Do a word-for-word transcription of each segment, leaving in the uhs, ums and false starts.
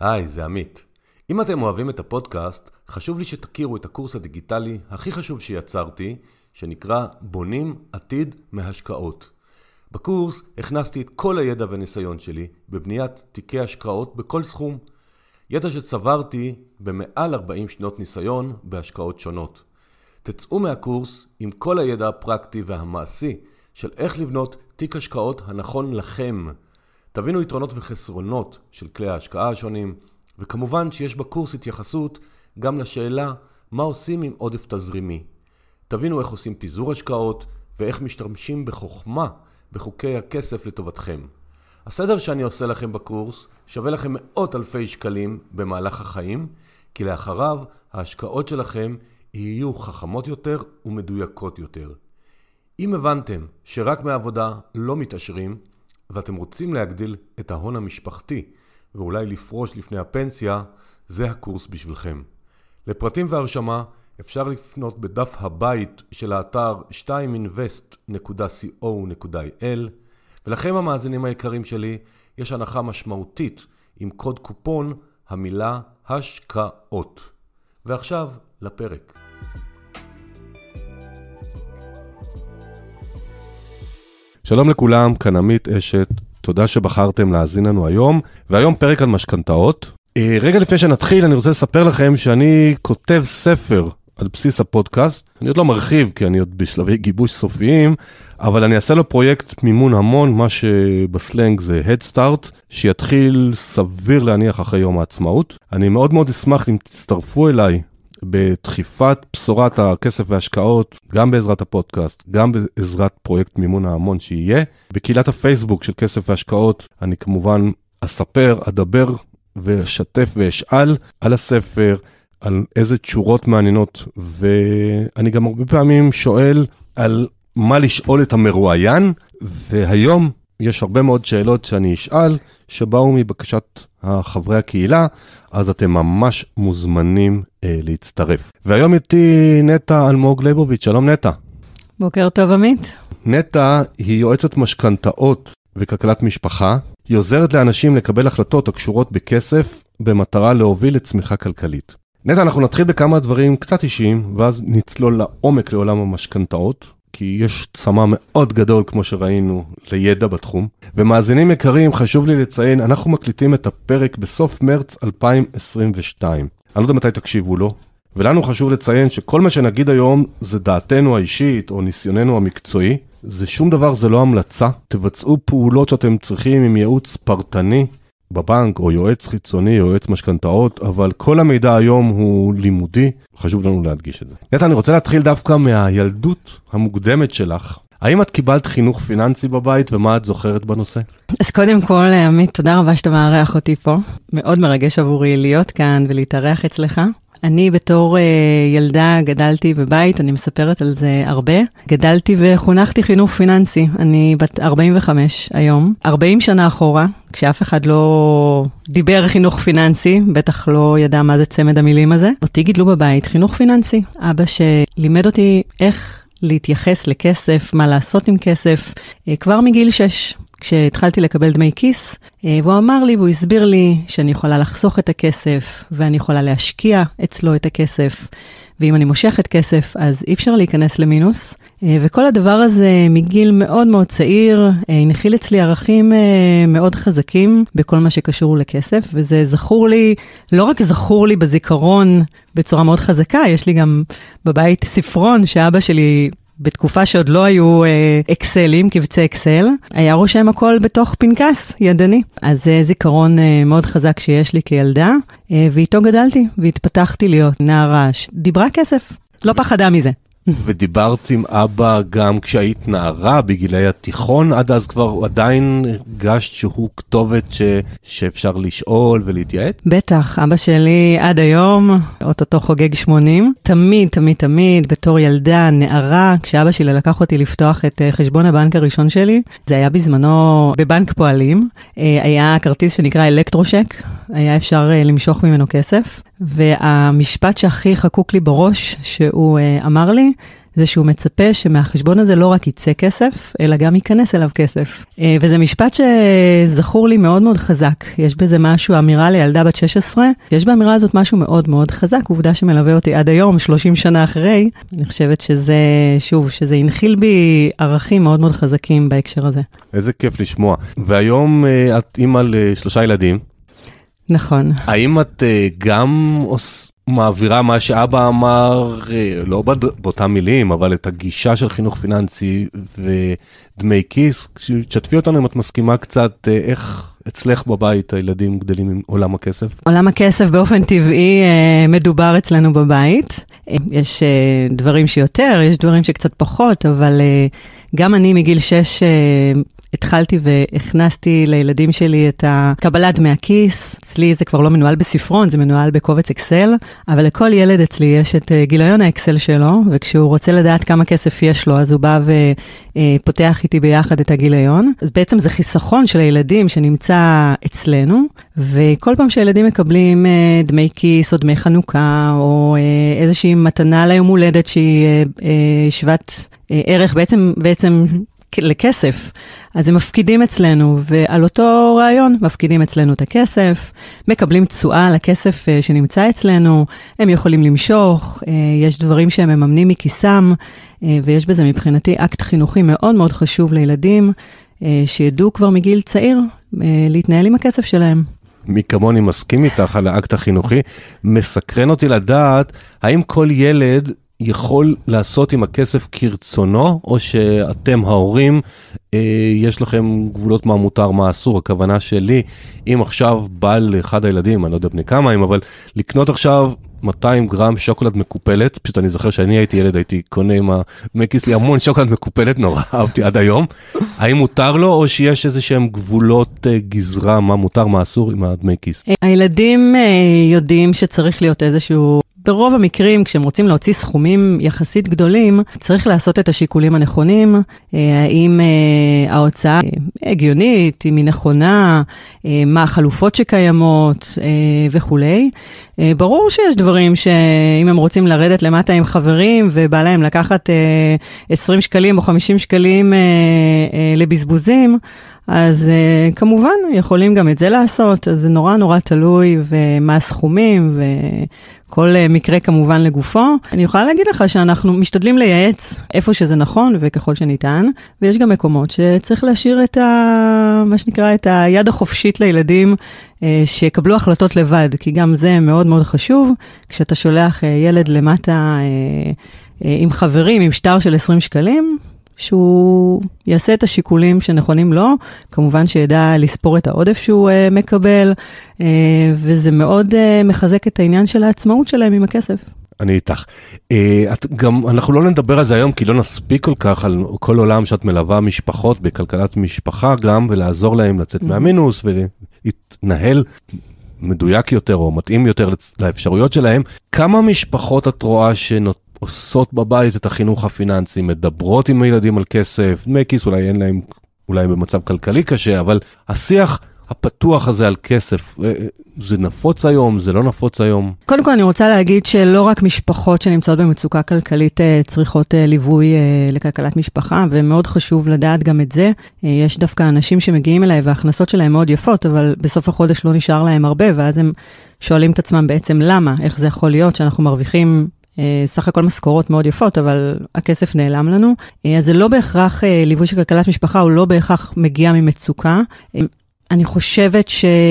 היי, זה עמית. אם אתם אוהבים את הפודקאסט, חשוב לי שתכירו את הקורס הדיגיטלי הכי חשוב שיצרתי, שנקרא בונים עתיד מהשקעות. בקורס הכנסתי את כל הידע וניסיון שלי בבניית תיקי השקעות בכל סכום. ידע שצברתי במעל ארבעים שנות ניסיון בהשקעות שונות. תצאו מהקורס עם כל הידע הפרקטי והמעשי של איך לבנות תיק השקעות הנכון לכם. תבינו יתרונות וחסרונות של כלי ההשקעה השונים, וכמובן שיש בקורס התייחסות גם לשאלה מה עושים עם עודף תזרימי. תבינו איך עושים פיזור השקעות ואיך משתמשים בחוכמה בחוקי הכסף לטובתכם. הסדר שאני עושה לכם בקורס שווה לכם מאות אלפי שקלים במהלך החיים, כי לאחריו ההשקעות שלכם יהיו חכמות יותר ומדויקות יותר. אם הבנתם שרק מהעבודה לא מתעשרים, ואתם רוצים להגדיל את ההון המשפחתי ואולי לפרוש לפני הפנסיה, זה הקורס בשבילכם. לפרטים והרשמה אפשר לפנות בדף הבית של האתר שתיים אינבסט נקודה סי או נקודה איי אל, ולכם המאזינים היקרים שלי יש הנחה משמעותית עם קוד קופון המילה השקעות. ועכשיו לפרק. שלום לכולם, כאן עמית אשת, תודה שבחרתם להאזין לנו היום, והיום פרק על משכנתאות. רגע לפני שנתחיל אני רוצה לספר לכם שאני כותב ספר על בסיס הפודקאסט, אני עוד לא מרחיב כי אני עוד בשלבי גיבוש סופיים, אבל אני אעשה לו פרויקט מימון המון, מה שבסלנג זה Head Start, שיתחיל סביר להניח אחרי יום העצמאות. אני מאוד מאוד אשמח אם תצטרפו אליי בדחיפת בשורת הכסף וההשקעות, גם בעזרת הפודקאסט, גם בעזרת פרויקט מימון ההמון שיהיה. בקהילת הפייסבוק של כסף והשקעות, אני כמובן אספר, אדבר ואשתף ואשאל על הספר, על איזה תשורות מעניינות, ואני גם הרבה פעמים שואל על מה לשאול את המרואיין, והיום יש הרבה מאוד שאלות שאני אשאל, שבאו מבקשת החברי הקהילה, אז אתם ממש מוזמנים אה, להצטרף. והיום איתי נטע אלמוג ליבוביץ', שלום נטע. בוקר טוב עמית. נטע היא יועצת משכנתאות וכלכלת משפחה, היא עוזרת לאנשים לקבל החלטות הקשורות בכסף, במטרה להוביל לצמיחה כלכלית. נטע, אנחנו נתחיל בכמה דברים קצת אישיים, ואז נצלול לעומק לעולם המשכנתאות, כי יש צמא מאוד גדול, כמו שראינו, לידע בתחום. ומאזינים יקרים, חשוב לי לציין, אנחנו מקליטים את הפרק בסוף מרץ אלפיים עשרים ושתיים. אני לא יודע מתי תקשיבו לו, ולנו חשוב לציין שכל מה שנגיד היום זה דעתנו האישית או ניסיוננו המקצועי. זה שום דבר, זה לא המלצה. תבצעו פעולות שאתם צריכים עם ייעוץ פרטני בבנק או יועץ חיצוני או יועץ משכנתאות, אבל כל המידע היום הוא לימודי, חשוב לנו להדגיש את זה. נטע, אני רוצה להתחיל דווקא מהילדות המוקדמת שלך. האם את קיבלת חינוך פיננסי בבית ומה את זוכרת בנושא? אז קודם כל, עמית, תודה רבה שאתה מארח אותי פה. מאוד מרגש עבורי להיות כאן ולהתארח אצלך. אני בתור uh, ילדה גדלתי בבית, אני מספרת על זה הרבה. גדלתי וחונכתי חינוך פיננסי. אני בת ארבעים וחמש היום. ארבעים שנה אחורה, כשאף אחד לא דיבר חינוך פיננסי, בטח לא ידע מה זה צמד המילים הזה. אותי גידלו בבית חינוך פיננסי. אבא שלימד אותי איך להתייחס לכסף, מה לעשות עם כסף, uh, כבר מגיל שש. כשהתחלתי לקבל דמי כיס, והוא אמר לי והוא הסביר לי שאני יכולה לחסוך את הכסף, ואני יכולה להשקיע אצלו את הכסף, ואם אני מושכת כסף, אז אי אפשר להיכנס למינוס. וכל הדבר הזה מגיל מאוד מאוד צעיר, הנחיל אצלי ערכים מאוד חזקים בכל מה שקשור לכסף, וזה זכור לי, לא רק זכור לי בזיכרון בצורה מאוד חזקה, יש לי גם בבית ספרון שאבא שלי בתקופה שעוד לא היו אה, אקסלים, קבצי אקסל, היה רושם הכל בתוך פנקס ידני. אז זה זיכרון אה, מאוד חזק שיש לי כילדה, אה, ואיתו גדלתי והתפתחתי להיות נערה שדיברה כסף, לא פחדה מזה. ודיברת עם אבא גם כשהיית נערה בגילי התיכון, עד אז כבר עדיין הרגשת שהוא כתובת ש... שאפשר לשאול ולהתייעץ? בטח, אבא שלי עד היום, אותו חוגג שמונים, תמיד, תמיד, תמיד, בתור ילדה, נערה, כשאבא שלי לקח אותי לפתוח את חשבון הבנק הראשון שלי, זה היה בזמנו בבנק פועלים, היה כרטיס שנקרא אלקטרושק, היה אפשר למשוך ממנו כסף, והמשפט שהכי חקוק לי בראש, שהוא אמר לי, זה שהוא מצפה שמהחשבון הזה לא רק יצא כסף, אלא גם ייכנס אליו כסף. וזה משפט שזכור לי מאוד מאוד חזק. יש בזה משהו, אמירה לילדה בת שש עשרה, יש באמירה הזאת משהו מאוד מאוד חזק, עובדה שמלווה אותי עד היום, שלושים שנה אחרי. אני חושבת שזה, שוב, שזה הנחיל בי ערכים מאוד מאוד חזקים בהקשר הזה. איזה כיף לשמוע. והיום את אימא לשלושה ילדים. נכון. האם את גם עושה... מעבירה מה שאבא אמר, לא באותם מילים, אבל את הגישה של חינוך פיננסי ודמי כיס, שתשתפי אותנו אם את מסכימה קצת איך אצלך בבית הילדים גדלים עם עולם הכסף? עולם הכסף באופן טבעי מדובר אצלנו בבית. יש דברים שיותר, יש דברים שקצת פחות, אבל גם אני מגיל שש התחלתי והכנסתי לילדים שלי את הקבלת דמי הכיס. אצלי זה כבר לא מנוהל בספרון, זה מנוהל בקובץ אקסל, אבל לכל ילד אצלי יש את גיליון האקסל שלו, וכשהוא רוצה לדעת כמה כסף יש לו, אז הוא בא ופותח איתי ביחד את הגיליון. אז בעצם זה חיסכון של הילדים שנמצא אצלנו, וכל פעם שהילדים מקבלים דמי כיס או דמי חנוכה, או איזושהי מתנה ליום הולדת שהיא שוות ערך, בעצם, בעצם לכסף, אז הם מפקידים אצלנו, ועל אותו רעיון מפקידים אצלנו את הכסף, מקבלים תשואה לכסף שנמצא אצלנו, הם יכולים למשוך, יש דברים שהם מממנים מכיסם, ויש בזה מבחינתי אקט חינוכי מאוד מאוד חשוב לילדים, שידעו כבר מגיל צעיר להתנהל עם הכסף שלהם. מי כמוני מסכים איתך על האקט החינוכי, מסקרן אותי לדעת, האם כל ילד יכול לעשות עם הכסף כרצונו, או שאתם ההורים, אה, יש לכם גבולות מה מותר, מה אסור. הכוונה שלי, אם עכשיו בא לאחד הילדים, אני לא יודע בני כמה הם, אבל לקנות עכשיו מאתיים גרם שוקולד מקופלת, פשוט אני זוכר שאני הייתי ילד, הייתי קונה עם דמי כיס לי המון שוקולד מקופלת, נורא אהבתי עד היום. האם מותר לו, או שיש איזה שהם גבולות אה, גזרה, מה מותר, מה אסור עם הדמי כיס? הילדים אה, יודעים שצריך להיות איזשהו... ברוב המקרים, כשהם רוצים להוציא סכומים יחסית גדולים, צריך לעשות את השיקולים הנכונים, האם ההוצאה הגיונית, אם היא נכונה, מה החלופות שקיימות וכו'. ברור שיש דברים שאם הם רוצים לרדת למטה עם חברים, ובא להם לקחת עשרים שקלים או חמישים שקלים לבזבוזים, אז uh, כמובן יכולים גם את זה לעשות, אז זה נורא נורא תלוי ומה הסכומים וכל uh, מקרה כמובן לגופו. אני יכולה להגיד לך שאנחנו משתדלים לייעץ איפה שזה נכון וככל שניתן, ויש גם מקומות שצריך להשאיר את ה... מה שנקרא את היד החופשית לילדים uh, שיקבלו החלטות לבד, כי גם זה מאוד מאוד חשוב, כשאתה שולח uh, ילד למטה uh, uh, עם חברים, עם שטר של עשרים שקלים, שהוא יעשה את השיקולים שנכונים לו, כמובן שידע לספור את העודף שהוא uh, מקבל, uh, וזה מאוד uh, מחזק את העניין של העצמאות שלהם עם הכסף. אני איתך. Uh, את, גם, אנחנו לא נדבר על זה היום, כי לא נספיק כל כך על כל עולם שאת מלווה משפחות, בכלכלת משפחה גם, ולעזור להם לצאת mm-hmm. מהמינוס, ולהתנהל מדויק יותר, או מתאים יותר לאפשרויות שלהם. כמה משפחות את רואה שנות... עושות בבית את החינוך הפיננסי, מדברות עם הילדים על כסף, דמי כיס, אולי אין להם, אולי במצב כלכלי קשה, אבל השיח הפתוח הזה על כסף, זה נפוץ היום, זה לא נפוץ היום? קודם כל אני רוצה להגיד שלא רק משפחות שנמצאות במצוקה כלכלית צריכות ליווי לכלכלת משפחה, ומאוד חשוב לדעת גם את זה. יש דווקא אנשים שמגיעים אליי וההכנסות שלהם מאוד יפות, אבל בסוף החודש לא נשאר להם הרבה, ואז הם שואלים את עצמם בעצם למה, איך זה יכול להיות שאנחנו מרוויחים סך הכל משכורות מאוד יפות, אבל הכסף נעלם לנו. אז זה לא בהכרח, ליווי של כלכלת משפחה, הוא לא בהכרח מגיע ממצוקה. אני חושבת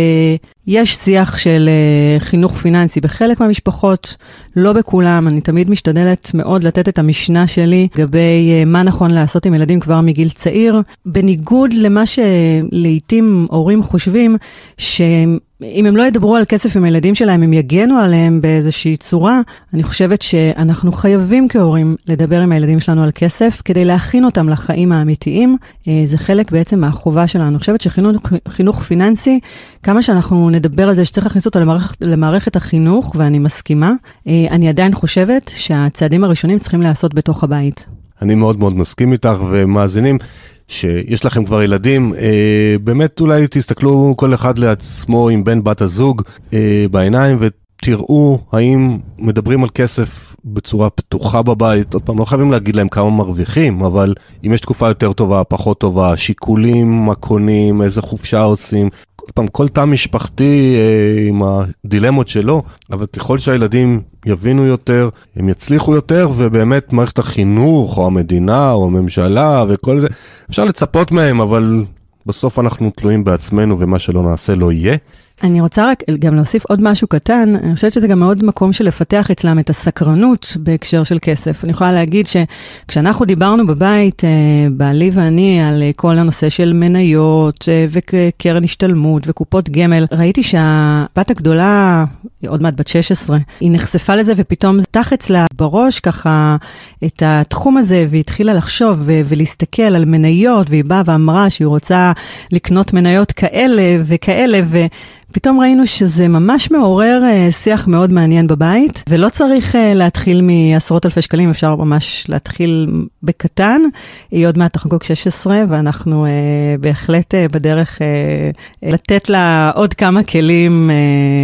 שיש שיח של חינוך פיננסי בחלק מהמשפחות, לא בכולם. אני תמיד משתדלת מאוד לתת את המשנה שלי לגבי מה נכון לעשות עם ילדים כבר מגיל צעיר, בניגוד למה שלעיתים הורים חושבים שהם אם הם לא ידברו על כסף עם הילדים שלהם, הם יגנו עליהם באיזושהי צורה. אני חושבת שאנחנו חייבים כהורים לדבר עם הילדים שלנו על כסף, כדי להכין אותם לחיים האמיתיים. זה חלק בעצם מהחובה שלנו. אני חושבת שחינוך פיננסי, כמה שאנחנו נדבר על זה שצריך להכניס אותו למערכת, למערכת החינוך, ואני מסכימה, אני עדיין חושבת שהצעדים הראשונים צריכים לעשות בתוך הבית. אני מאוד מאוד מסכים איתך ומאזינים. שיש לכם כבר ילדים, אה, באמת אולי תסתכלו כל אחד לעצמו עם בן בת הזוג אה, בעיניים תראו האם מדברים על כסף בצורה פתוחה בבית, עוד פעם לא חייבים להגיד להם כמה מרוויחים, אבל אם יש תקופה יותר טובה, פחות טובה, שיקולים, מה קונים, איזה חופשה עושים, עוד פעם כל תא משפחתי אה, עם הדילמות שלו, אבל ככל שהילדים יבינו יותר, הם יצליחו יותר, ובאמת מערכת החינוך או המדינה או הממשלה וכל זה, אפשר לצפות מהם, אבל בסוף אנחנו תלויים בעצמנו ומה שלא נעשה לא יהיה. אני רוצה רק גם להוסיף עוד משהו קטן, אני חושבת שזה גם מאוד מקום של לפתח אצלם את הסקרנות בהקשר של כסף. אני יכולה להגיד שכשאנחנו דיברנו בבית, בעלי ואני, על כל הנושא של מניות וקרן השתלמות וקופות גמל, ראיתי שהבת הגדולה, עוד מעט בת שש עשרה, היא נחשפה לזה ופתאום זתח אצלה בראש ככה את התחום הזה, והיא התחילה לחשוב ולהסתכל על מניות, והיא באה ואמרה שהיא רוצה לקנות מניות כאלה וכאלה, ו... פתאום ראינו שזה ממש מעורר שיח מאוד מעניין בבית, ולא צריך להתחיל מעשרות אלפי שקלים, אפשר ממש להתחיל בקטן. היא עוד מעט תחגוג שש עשרה, ואנחנו בהחלט בדרך לתת לה עוד כמה כלים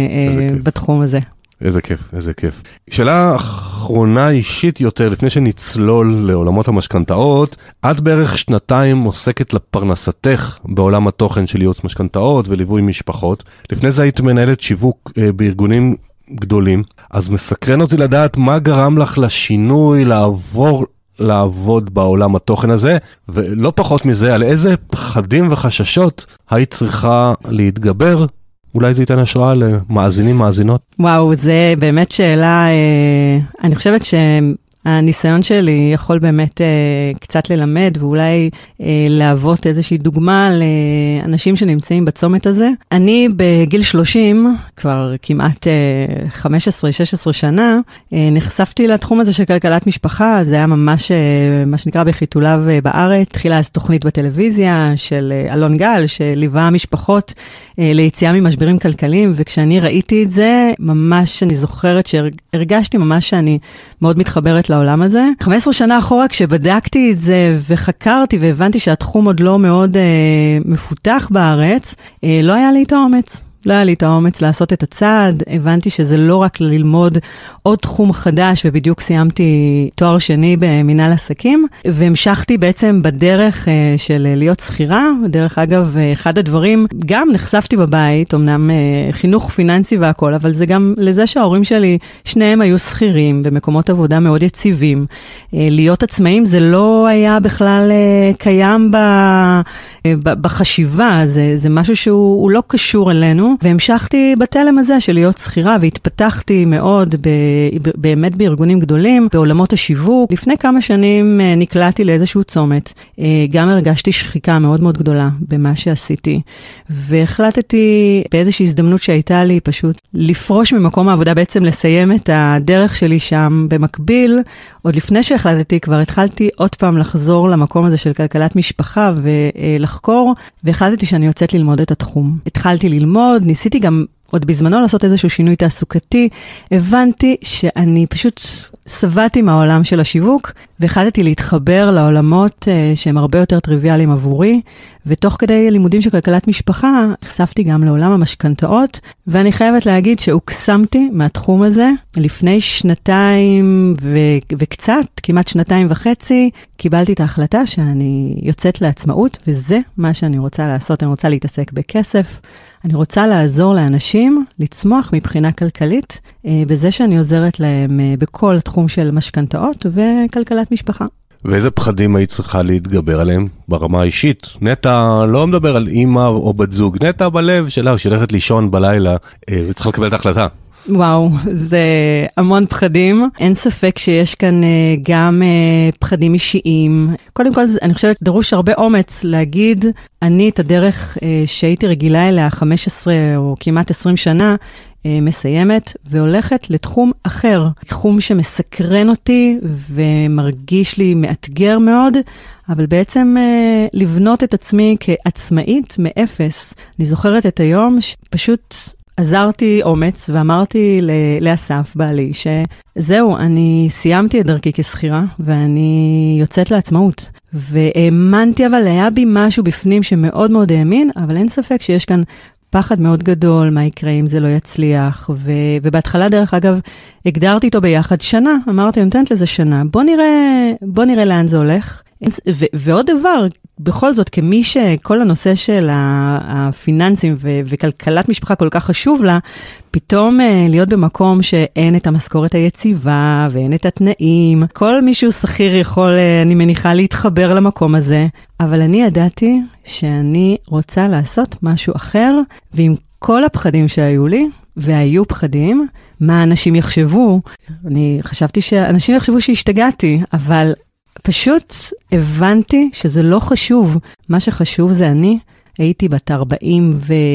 בתחום הזה. איזה כיף, איזה כיף. שאלה אחרונה אישית יותר, לפני שנצלול לעולמות המשכנתאות, את בערך שנתיים עוסקת לפרנסתך בעולם התוכן של ייעוץ משכנתאות וליווי משפחות. לפני זה היית מנהלת שיווק אה, בארגונים גדולים, אז מסקרן אותי לדעת מה גרם לך לשינוי, לעבור לעבוד בעולם התוכן הזה, ולא פחות מזה, על איזה פחדים וחששות היית צריכה להתגבר, אולי זה ייתן השראה למאזינים, מאזינות. וואו, זה באמת שאלה, אני חושבת שהניסיון שלי יכול באמת קצת ללמד, ואולי להוות איזושהי דוגמה לאנשים שנמצאים בצומת הזה. אני בגיל שלושים, כבר כמעט חמש עשרה שש עשרה שנה, נחשפתי לתחום הזה של כלכלת משפחה, זה היה ממש מה שנקרא בחיתוליו בארץ, התחילה אז תוכנית בטלוויזיה של אלון גל, שליווה משפחות ליציאה ממשברים כלכליים, וכשאני ראיתי את זה, ממש אני זוכרת שהרגשתי ממש שאני מאוד מתחברת לעולם הזה. חמש עשרה שנה אחורה, כשבדקתי את זה וחקרתי והבנתי שהתחום עוד לא מאוד אה, מפותח בארץ, אה, לא היה לי את האומץ. לא היה לי את האומץ לעשות את הצעד, הבנתי שזה לא רק ללמוד עוד תחום חדש, ובדיוק סיימתי תואר שני במנהל עסקים, והמשכתי בעצם בדרך של להיות שכירה, דרך אגב, אחד הדברים, גם נחשפתי בבית, אמנם חינוך פיננסי והכל, אבל זה גם לזה שההורים שלי, שניהם היו שכירים, במקומות עבודה מאוד יציבים. להיות עצמאים זה לא היה בכלל קיים בחשיבה, זה, זה משהו שהוא לא קשור אלינו, והמשכתי בתלם הזה של להיות שכירה, והתפתחתי מאוד ב, באמת בארגונים גדולים, בעולמות השיווק. לפני כמה שנים נקלעתי לאיזשהו צומת, גם הרגשתי שחיקה מאוד מאוד גדולה במה שעשיתי, והחלטתי באיזושהי הזדמנות שהייתה לי פשוט לפרוש ממקום העבודה, בעצם לסיים את הדרך שלי שם במקביל. עוד לפני שהחלטתי, כבר התחלתי עוד פעם לחזור למקום הזה של כלכלת משפחה ולחקור, והחלטתי שאני יוצאת ללמוד את התחום. התחלתי ללמוד, ניסיתי גם עוד בזמנו לעשות איזשהו שינוי תעסוקתי, הבנתי שאני פשוט סבתי מהעולם של השיווק, והחלטתי להתחבר לעולמות שהם הרבה יותר טריוויאליים עבורי, ותוך כדי לימודים של כלכלת משפחה, נחשפתי גם לעולם המשכנתאות, ואני חייבת להגיד שהוקסמתי מהתחום הזה. לפני שנתיים ו- וקצת, כמעט שנתיים וחצי, קיבלתי את ההחלטה שאני יוצאת לעצמאות, וזה מה שאני רוצה לעשות. אני רוצה להתעסק בכסף, אני רוצה לעזור לאנשים לצמוח מבחינה כלכלית, בזה שאני עוזרת להם בכל התחום של משכנתאות וכלכלת משפחה. ואיזה פחדים היית צריכה להתגבר עליהם ברמה האישית? נטע לא מדבר על אמא או בת זוג, נטע בלב שלה, שהולכת לישון בלילה וצריכה לקבל את ההחלטה. וואו, זה המון פחדים. אין ספק שיש כאן גם פחדים אישיים. קודם כל, אני חושבת, דרוש הרבה אומץ להגיד, אני את הדרך שהייתי רגילה אליה חמש עשרה או כמעט עשרים שנה, מסיימת והולכת לתחום אחר. תחום שמסקרן אותי ומרגיש לי מאתגר מאוד, אבל בעצם לבנות את עצמי כעצמאית מאפס. אני זוכרת את היום שפשוט עזרתי אומץ ואמרתי לאסף בעלי שזהו, אני סיימתי את דרכי כסחירה ואני יוצאת לעצמאות. והאמנתי, אבל היה בי משהו בפנים שמאוד מאוד האמין, אבל אין ספק שיש כאן פחד מאוד גדול, מה יקרה אם זה לא יצליח, ו, ובהתחלה דרך אגב, הגדרתי איתו ביחד שנה, אמרתי, אני נותנת לזה שנה, בוא נראה, בוא נראה לאן זה הולך. ו, ועוד דבר, בכל זאת, כמי שכל הנושא של הפיננסים ו, וכלכלת משפחה כל כך חשוב לה, פתאום להיות במקום שאין את המשכורת היציבה, ואין את התנאים, כל מישהו שכיר יכול, אני מניחה, להתחבר למקום הזה, אבל אני ידעתי שאני רוצה לעשות משהו אחר, ועם כל הפחדים שהיו לי, והיו פחדים, מה אנשים יחשבו, אני חשבתי שאנשים יחשבו שהשתגעתי, אבל פשוט הבנתי שזה לא חשוב, מה שחשוב זה אני, הייתי בת ארבעים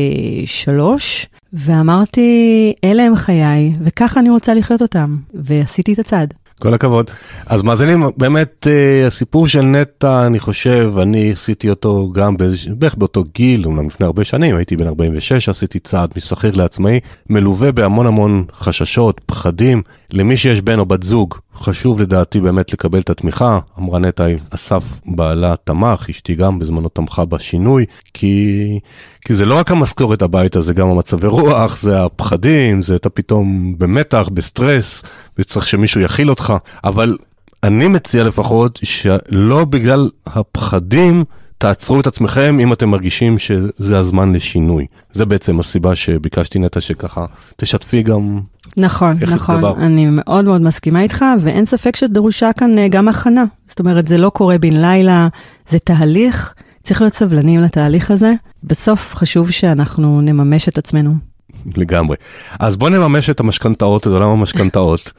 ושלוש, ואמרתי, אלה הם חיי, וככה אני רוצה לחיות אותם, ועשיתי את הצעד. כל הכבוד. אז מאזינים, באמת הסיפור של נטע, אני חושב, אני עשיתי אותו גם בערך באותו גיל, אומנם לפני הרבה שנים, הייתי בן ארבעים ושש, עשיתי צעד משכיר לעצמאי, מלווה בהמון המון חששות, פחדים, למי שיש בן או בת זוג, חשוב לדעתי באמת לקבל את התמיכה, אמרה נטע, אסף בעלה תמך, אשתי גם בזמנו תמכה בשינוי, כי, כי זה לא רק המשכורת הבית, זה גם המצבי רוח, זה הפחדים, זה אתה פתאום במתח, בסטרס, וצריך שמישהו יכיל אותך, אבל אני מציע לפחות שלא בגלל הפחדים, תעצרו את עצמכם אם אתם מרגישים שזה הזמן לשינוי. זה בעצם הסיבה שביקשתי נטע שככה תשתפי גם. נכון, נכון. אני מאוד מאוד מסכימה איתך, ואין ספק שדרושה כאן גם הכנה. זאת אומרת, זה לא קורה בן לילה, זה תהליך, צריך להיות סבלנים לתהליך הזה. בסוף חשוב שאנחנו נממש את עצמנו. לגמרי. אז בוא נממש את המשכנתאות, את עולם המשכנתאות,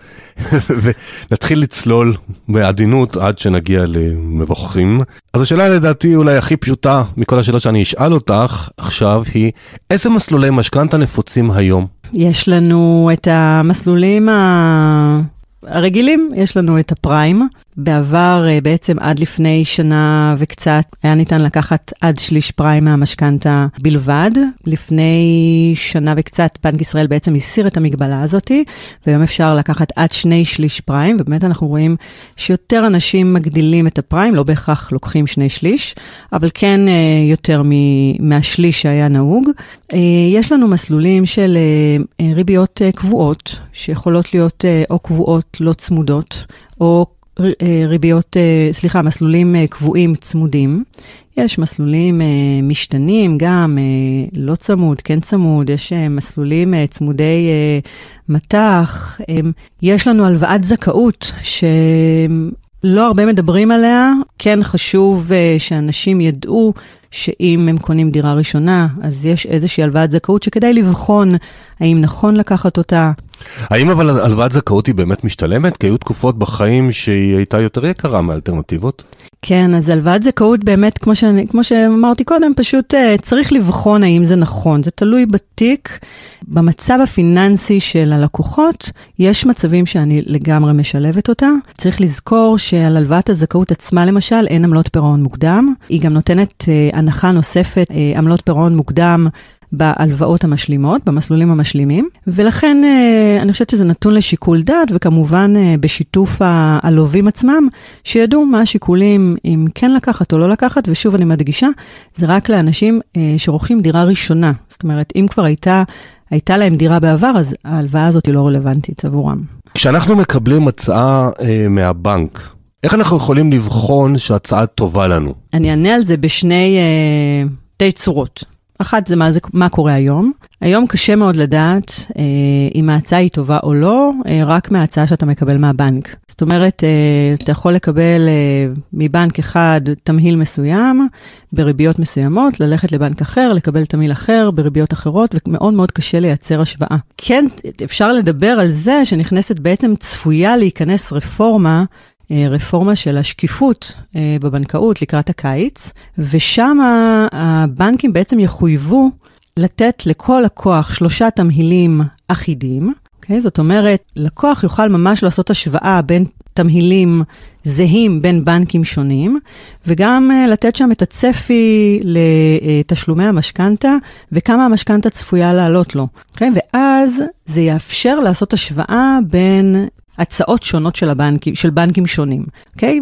ונתחיל לצלול בעדינות עד שנגיע למבוכים. אז השאלה לדעתי אולי הכי פשוטה מכל השאלות שאני אשאל אותך עכשיו היא, איזה מסלולי משכנתה נפוצים היום? יש לנו את המסלולים ה... הרגילים, יש לנו את הפריים. בעבר, בעצם עד לפני שנה וקצת, היה ניתן לקחת עד שליש פריים מהמשכנתה בלבד. לפני שנה וקצת, בנק ישראל בעצם הסיר את המגבלה הזאת, והיום אפשר לקחת עד שני שליש פריים, ובאמת אנחנו רואים שיותר אנשים מגדילים את הפריים, לא בהכרח לוקחים שני שליש, אבל כן יותר מהשליש שהיה נהוג. יש לנו מסלולים של ריביות קבועות, שיכולות להיות או קבועות לא צמודות, או ריביות, סליחה, מסלולים קבועים צמודים. יש מסלולים משתנים, גם לא צמוד, כן צמוד, יש מסלולים צמודי מתח. יש לנו הלוואת זכאות שלא הרבה מדברים עליה. כן חשוב שאנשים ידעו שאם הם קונים דירה ראשונה, אז יש איזושהי הלוואת זכאות שכדאי לבחון האם נכון לקחת אותה. האם אבל הלוואת זכאות היא באמת משתלמת? כי היו תקופות בחיים שהיא הייתה יותר יקרה מאלטרנטיבות? כן, אז הלוואת זכאות באמת, כמו, ש... כמו שאמרתי קודם, פשוט uh, צריך לבחון האם זה נכון. זה תלוי בתיק, במצב הפיננסי של הלקוחות, יש מצבים שאני לגמרי משלבת אותה. צריך לזכור שעל הלוואת הזכאות עצמה למשל, אין עמלות פירעון מוקדם. היא גם נותנת uh, הנחה נוספת, uh, עמלות פירעון מוקדם, בהלוואות המשלימות, במסלולים המשלימים, ולכן אני חושבת שזה נתון לשיקול דעת, וכמובן בשיתוף הלווים עצמם, שידעו מה השיקולים, אם כן לקחת או לא לקחת, ושוב אני מדגישה, זה רק לאנשים שרוכשים דירה ראשונה, זאת אומרת, אם כבר הייתה, הייתה להם דירה בעבר, אז ההלוואה הזאת היא לא רלוונטית עבורם. כשאנחנו מקבלים הצעה אה, מהבנק, איך אנחנו יכולים לבחון שההצעה טובה לנו? אני אענה על זה בשני אה, די צורות. אחת זה מה, זה מה קורה היום. היום קשה מאוד לדעת אה, אם ההצעה היא טובה או לא, אה, רק מההצעה שאתה מקבל מהבנק. זאת אומרת, אה, אתה יכול לקבל אה, מבנק אחד תמהיל מסוים, בריביות מסוימות, ללכת לבנק אחר, לקבל תמהיל אחר בריביות אחרות, ומאוד מאוד קשה לייצר השוואה. כן, אפשר לדבר על זה שנכנסת בעצם צפויה להיכנס רפורמה, רפורמה של השקיפות בבנקאות לקראת הקיץ, ושם הבנקים בעצם יחויבו לתת לכל לקוח שלושה תמהילים אחידים, okay? זאת אומרת, לקוח יוכל ממש לעשות השוואה בין תמהילים זהים בין בנקים שונים, וגם לתת שם את הצפי לתשלומי המשכנתה, וכמה המשכנתה צפויה לעלות לו. Okay? ואז זה יאפשר לעשות השוואה בין הצעות שונות של הבנקים, של בנקים שונים, אוקיי?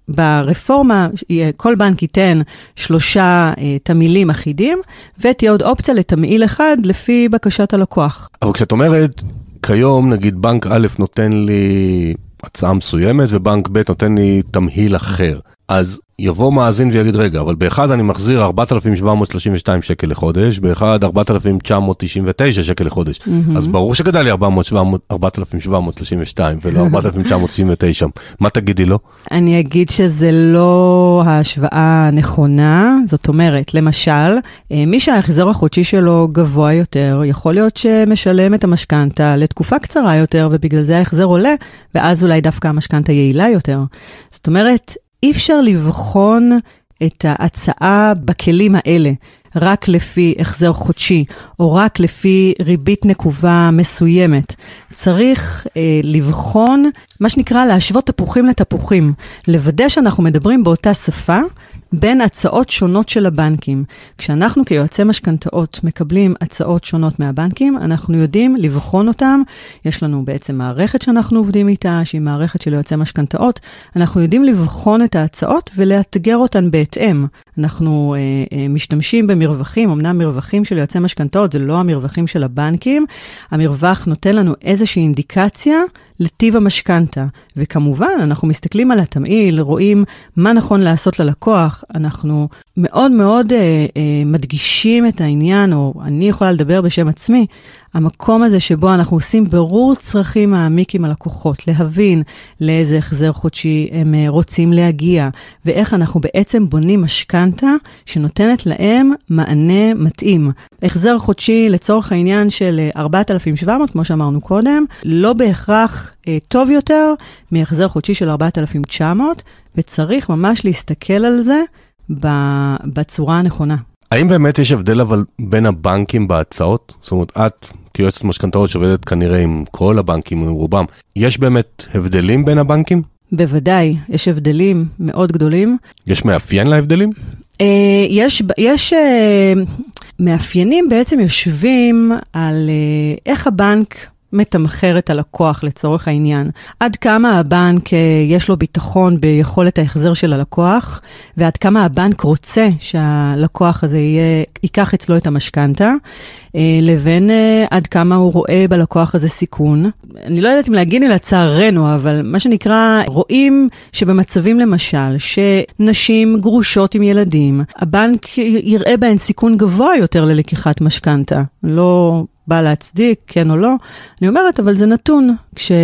ברפורמה, כל בנק ייתן שלושה אה, תמילים אחידים, ותהיה עוד אופציה לתמיל אחד לפי בקשת הלקוח. אבל כשאת אומרת, כיום נגיד בנק א' נותן לי הצעה מסוימת, ובנק ב' נותן לי תמהיל אחר, אז יבוא מאזין ויגיד, רגע, אבל באחד אני מחזיר ארבעת אלפים שבע מאות שלושים ושתיים שקל לחודש, באחד ארבעת אלפים תשע מאות תשעים ותשע שקל לחודש. Mm-hmm. אז ברור שגדל לי ארבעת אלפים שבע מאות שלושים ושתיים, ולא ארבעת אלפים תשע מאות תשעים ותשע. מה תגידי לו? אני אגיד שזה לא ההשוואה הנכונה, זאת אומרת, למשל, מי שההחזר החודשי שלו גבוה יותר, יכול להיות שמשלם את המשכנתה לתקופה קצרה יותר, ובגלל זה ההחזר עולה, ואז אולי דווקא המשכנתה יעילה יותר. זאת אומרת, אי אפשר לבחון את ההצעה בכלים האלה, רק לפי החזר חודשי, או רק לפי ריבית נקובה מסוימת. צריך אה, לבחון, מה שנקרא להשוות תפוחים לתפוחים, לוודא שאנחנו מדברים באותה שפה, בין הצעות שונות של הבנקים. כשאנחנו כיועצי משכנתאות מקבלים הצעות שונות מהבנקים, אנחנו יודעים לבחון אותם, יש לנו בעצם מערכת שאנחנו עובדים איתה, שהיא מערכת של יועצי משכנתאות, אנחנו יודעים לבחון את ההצעות ולאתגר אותן בהתאם. אנחנו אה, אה, משתמשים במרווחים, אמנם מרווחים של יועצי משכנתאות, זה לא המרווחים של הבנקים, המרווח נותן לנו איזושהי אינדיקציה לטיב המשכנתה, וכמובן אנחנו מסתכלים על התמהיל, רואים מה נכון לעשות ללקוח, אנחנו מאוד מאוד אה, אה, מדגישים את העניין, או אני יכולה לדבר בשם עצמי, המקום הזה שבו אנחנו עושים ברור צרכים מעמיק עם הלקוחות, להבין לאיזה החזר חודשי הם רוצים להגיע, ואיך אנחנו בעצם בונים משכנתה שנותנת להם מענה מתאים. החזר חודשי לצורך העניין של ארבעת אלפים שבע מאות, כמו שאמרנו קודם, לא בהכרח אה, טוב יותר מהחזר חודשי של ארבעת אלפים תשע מאות, וצריך ממש להסתכל על זה בצורה הנכונה. האם באמת יש הבדל אבל בין הבנקים בהצעות? זאת אומרת, את כיועצת משכנתאות שעובדת כנראה עם כל הבנקים, עם רובם, יש באמת הבדלים בין הבנקים? בוודאי, יש הבדלים מאוד גדולים. יש מאפיין להבדלים? יש, יש מאפיינים בעצם יושבים על איך הבנק מתמחר את הלקוח לצורך העניין. עד כמה הבנק יש לו ביטחון ביכולת ההחזר של הלקוח, ועד כמה הבנק רוצה שהלקוח הזה יהיה, ייקח אצלו את המשכנתה, לבין עד כמה הוא רואה בלקוח הזה סיכון. אני לא יודעת אם להגיד לי לצערנו, אבל מה שנקרא, רואים שבמצבים למשל, שנשים גרושות עם ילדים, הבנק יראה בהן סיכון גבוה יותר ללקיחת משכנתה. לא בא להצדיק, כן או לא. אני אומרת, אבל זה נתון.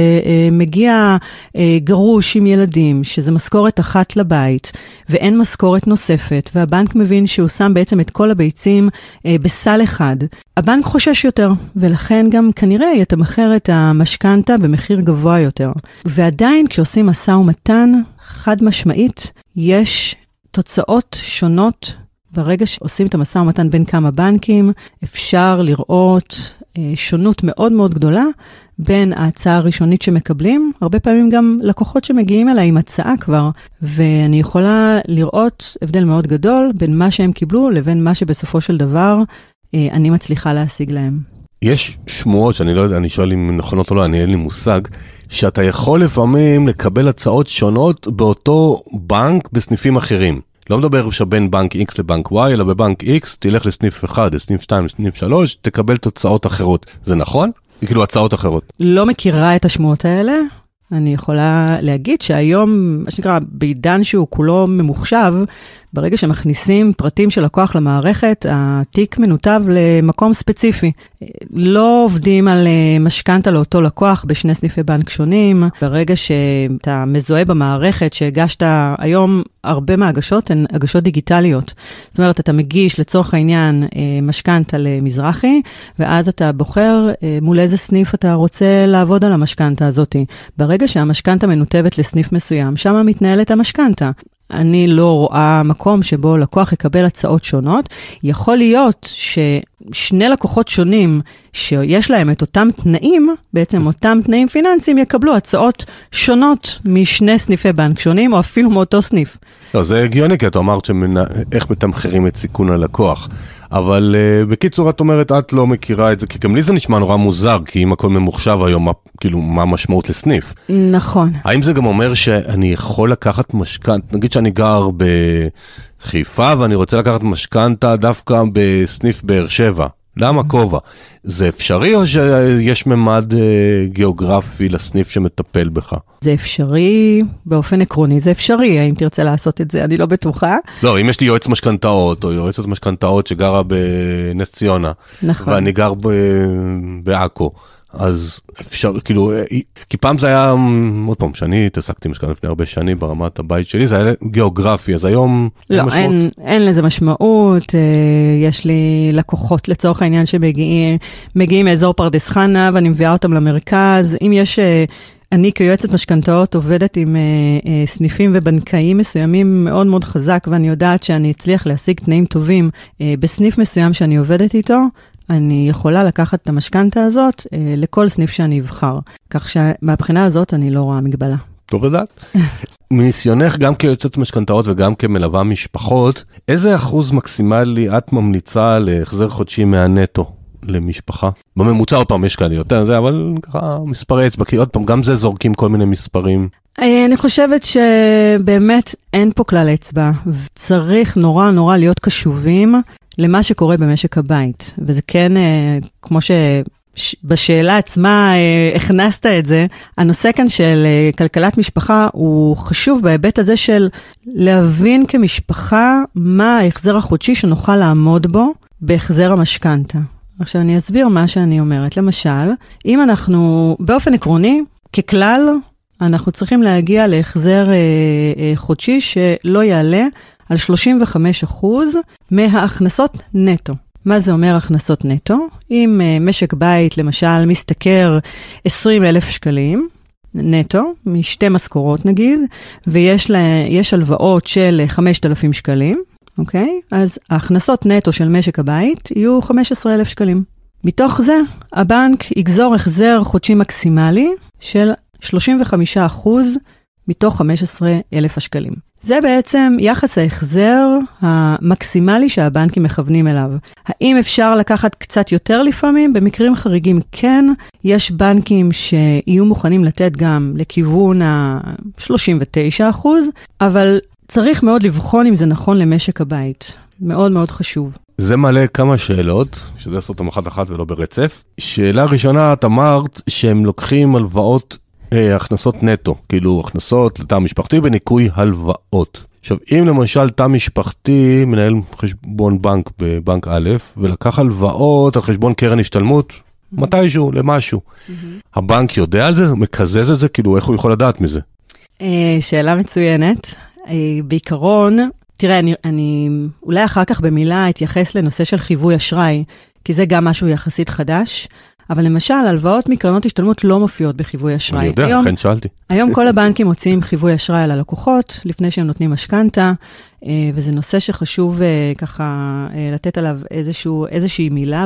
כשמגיע גרוש עם ילדים, שזה משכורת אחת לבית, ואין משכורת נוספת, והבנק מבין שהוא שם בעצם את כל הביצים בסל אחד, הבנק חושש יותר, ולכן גם כנראה יתמחר את המשכנתה במחיר גבוה יותר. ועדיין כשעושים משא ומתן, חד משמעית, יש תוצאות שונות. ברגע שעושים את המשא ומתן בין כמה בנקים, אפשר לראות אה, שונות מאוד מאוד גדולה בין ההצעה הראשונית שמקבלים, הרבה פעמים גם לקוחות שמגיעים אליי עם הצעה כבר, ואני יכולה לראות הבדל מאוד גדול בין מה שהם קיבלו לבין מה שבסופו של דבר אה, אני מצליחה להשיג להם. יש שמועות, שאני לא יודע, אני שואל אם נכונות או לא, אני אין לי מושג, שאתה יכול לפעמים לקבל הצעות שונות באותו בנק בסניפים אחרים. לא מדבר שבין בנק X לבנק Y, אלא בבנק X תלך לסניף אחד, לסניף שתיים, לסניף שלוש, תקבל תוצאות אחרות. זה נכון? כאילו הצעות אחרות. לא מכירה את השמועות האלה. אני יכולה להגיד שהיום, מה שנקרא, בעידן שהוא כולו ממוחשב, ברגע שמכניסים פרטים של לקוח למערכת, התיק מנותב למקום ספציפי. לא עובדים על משכנתה לאותו לקוח בשני סניפי בנק שונים. ברגע שאתה מזוהה במערכת שהגשת היום, הרבה מהגשות הן הגשות דיגיטליות. זאת אומרת, אתה מגיש לצורך העניין משכנתה למזרחי, ואז אתה בוחר מול איזה סניף אתה רוצה לעבוד על המשכנתה הזאת. ברגע שהמשכנתה מנותבת לסניף מסוים, שם מתנהלת המשכנתה. אני לא רואה מקום שבו לקוח יקבל הצעות שונות. יכול להיות שני לקוחות שונים שיש להם את אותם תנאים, בעצם אותם תנאים פיננסיים, יקבלו הצעות שונות משני סניפי בנק שונים, או אפילו מאותו סניף. לא, זה הגיוני, כי את אמרת שמנה, איך מתמחרים את סיכון הלקוח. אבל uh, בקיצור, את אומרת, את לא מכירה את זה, כי גם לי זה נשמע נורא מוזר, כי אם הכל ממוחשב היום, מה, כאילו, מה המשמעות לסניף? נכון. האם זה גם אומר שאני יכול לקחת משכנתא, נגיד שאני גר בחיפה, ואני רוצה לקחת משכנתא דווקא בסניף באר שבע, למה כובע? זה אפשרי או שיש ממד גיאוגרפי לסניף שמטפל בך? זה אפשרי, באופן עקרוני זה אפשרי, האם תרצה לעשות את זה, אני לא בטוחה. לא, אם יש לי יועץ משכנתאות, או יועצת משכנתאות שגרה בנס ציונה, נכון. ואני גר בעכו, אז אפשר, כאילו, כי פעם זה היה, עוד פעם, שאני התעסקתי משכנתא לפני הרבה שנים ברמת הבית שלי, זה היה גיאוגרפי, אז היום לא, אין, אין לזה משמעות, יש לי לקוחות לצורך העניין שמגיעים, מגיעים מאזור פרדס חנה, ואני מביאה אותם למרכז, אם יש, אני כיועצת משכנתאות עובדת עם סניפים ובנקאים מסוימים מאוד מאוד חזק, ואני יודעת שאני אצליח להשיג תנאים טובים בסניף מסוים שאני עובדת איתו, אני יכולה לקחת את המשכנתא הזאת אה, לכל סניף שאני אבחר. כך שמהבחינה הזאת אני לא רואה מגבלה. טוב לדעת. מניסיונך גם כיועצת משכנתאות וגם כמלווה משפחות, איזה אחוז מקסימלי את ממליצה להחזר חודשי מהנטו למשפחה? בממוצע עוד פעם יש כאלה יותר, זה, אבל ככה מספרי אצבע, כי עוד פעם גם זה זורקים כל מיני מספרים. אני חושבת שבאמת אין פה כלל אצבע, וצריך נורא נורא להיות קשובים למה שקורה במשק הבית, וזה כן, כמו שבשאלה עצמה הכנסת את זה, הנושא כאן של כלכלת משפחה הוא חשוב בהיבט הזה של להבין כמשפחה מה ההחזר החודשי שנוכל לעמוד בו בהחזר המשכנתא. עכשיו אני אסביר מה שאני אומרת. למשל, אם אנחנו באופן עקרוני, ככלל, אנחנו צריכים להגיע להחזר אה, אה, חודשי שלא יעלה על שלושים וחמישה אחוז מההכנסות נטו. מה זה אומר הכנסות נטו? אם אה, משק בית למשל משתכר עשרים אלף שקלים נטו, משתי משכורות נגיד, ויש לה, יש הלוואות של חמשת אלפים שקלים, אוקיי? אז ההכנסות נטו של משק הבית יהיו חמישה עשר אלף שקלים. מתוך זה, הבנק יגזור החזר חודשי מקסימלי של שלושים וחמישה אחוז מתוך חמישה עשר אלף השקלים. זה בעצם יחס ההחזר המקסימלי שהבנקים מכוונים אליו. האם אפשר לקחת קצת יותר לפעמים? במקרים חריגים כן, יש בנקים שיהיו מוכנים לתת גם לכיוון ה-שלושים ותשעה אחוז, אבל צריך מאוד לבחון אם זה נכון למשק הבית. מאוד מאוד חשוב. זה מעלה כמה שאלות, שזה לעשות אותם אחת אחת ולא ברצף. שאלה ראשונה, את אמרת שהם לוקחים הלוואות, אה, הכנסות נטו, כאילו הכנסות לתא משפחתי בניקוי הלוואות. עכשיו, אם למשל תא משפחתי מנהל חשבון בנק בבנק א', ולקח הלוואות על חשבון קרן השתלמות, mm-hmm. מתישהו, למשהו. Mm-hmm. הבנק יודע על זה? הוא מקזז את זה? כאילו, איך הוא יכול לדעת מזה? אה, שאלה מצוינת. אה, בעיקרון, תראה, אני, אני אולי אחר כך במילה אתייחס לנושא של חיווי אשראי, כי זה גם משהו יחסית חדש, אבל למשל, הלוואות מקרנות השתלמות לא מופיעות בחיווי אשראי. אני יודע, היום, לכן שאלתי. היום כל הבנקים מוצאים חיווי אשראי על הלקוחות, לפני שהם נותנים משכנתא, וזה נושא שחשוב ככה לתת עליו איזשהו, איזושהי מילה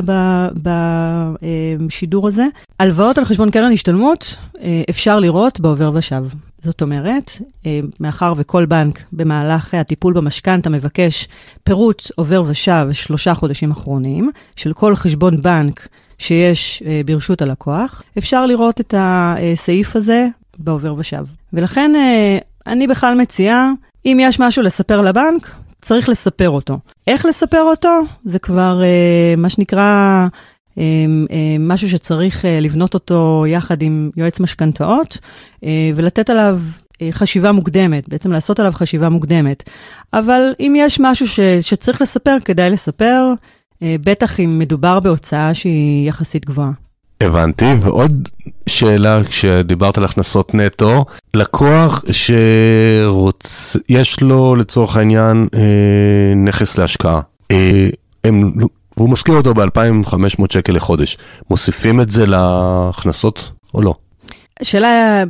בשידור הזה. הלוואות על חשבון קרן השתלמות אפשר לראות בעובר ושב. זאת אומרת, מאחר וכל בנק במהלך הטיפול במשכנתא מבקש פירוט עובר ושב שלושה חודשים אחרונים, של כל חשבון בנק שיש ברשות הלקוח, אפשר לראות את הסעיף הזה בעובר ושב. ולכן אני בכלל מציעה, אם יש משהו לספר לבנק, צריך לספר אותו. איך לספר אותו? זה כבר מה שנקרא משהו שצריך לבנות אותו יחד עם יועץ משכנתאות, ולתת עליו חשיבה מוקדמת, בעצם לעשות עליו חשיבה מוקדמת. אבל אם יש משהו ש, שצריך לספר, כדאי לספר, בטח אם מדובר בהוצאה שהיא יחסית גבוהה. הבנתי, ועוד שאלה כשדיברת על הכנסות נטו, לקוח שרוצ... יש לו לצורך העניין אה, נכס להשקעה, אה, הם... והוא משכיר אותו ב-אלפיים וחמש מאות שקל לחודש, מוסיפים את זה להכנסות או לא? שאלה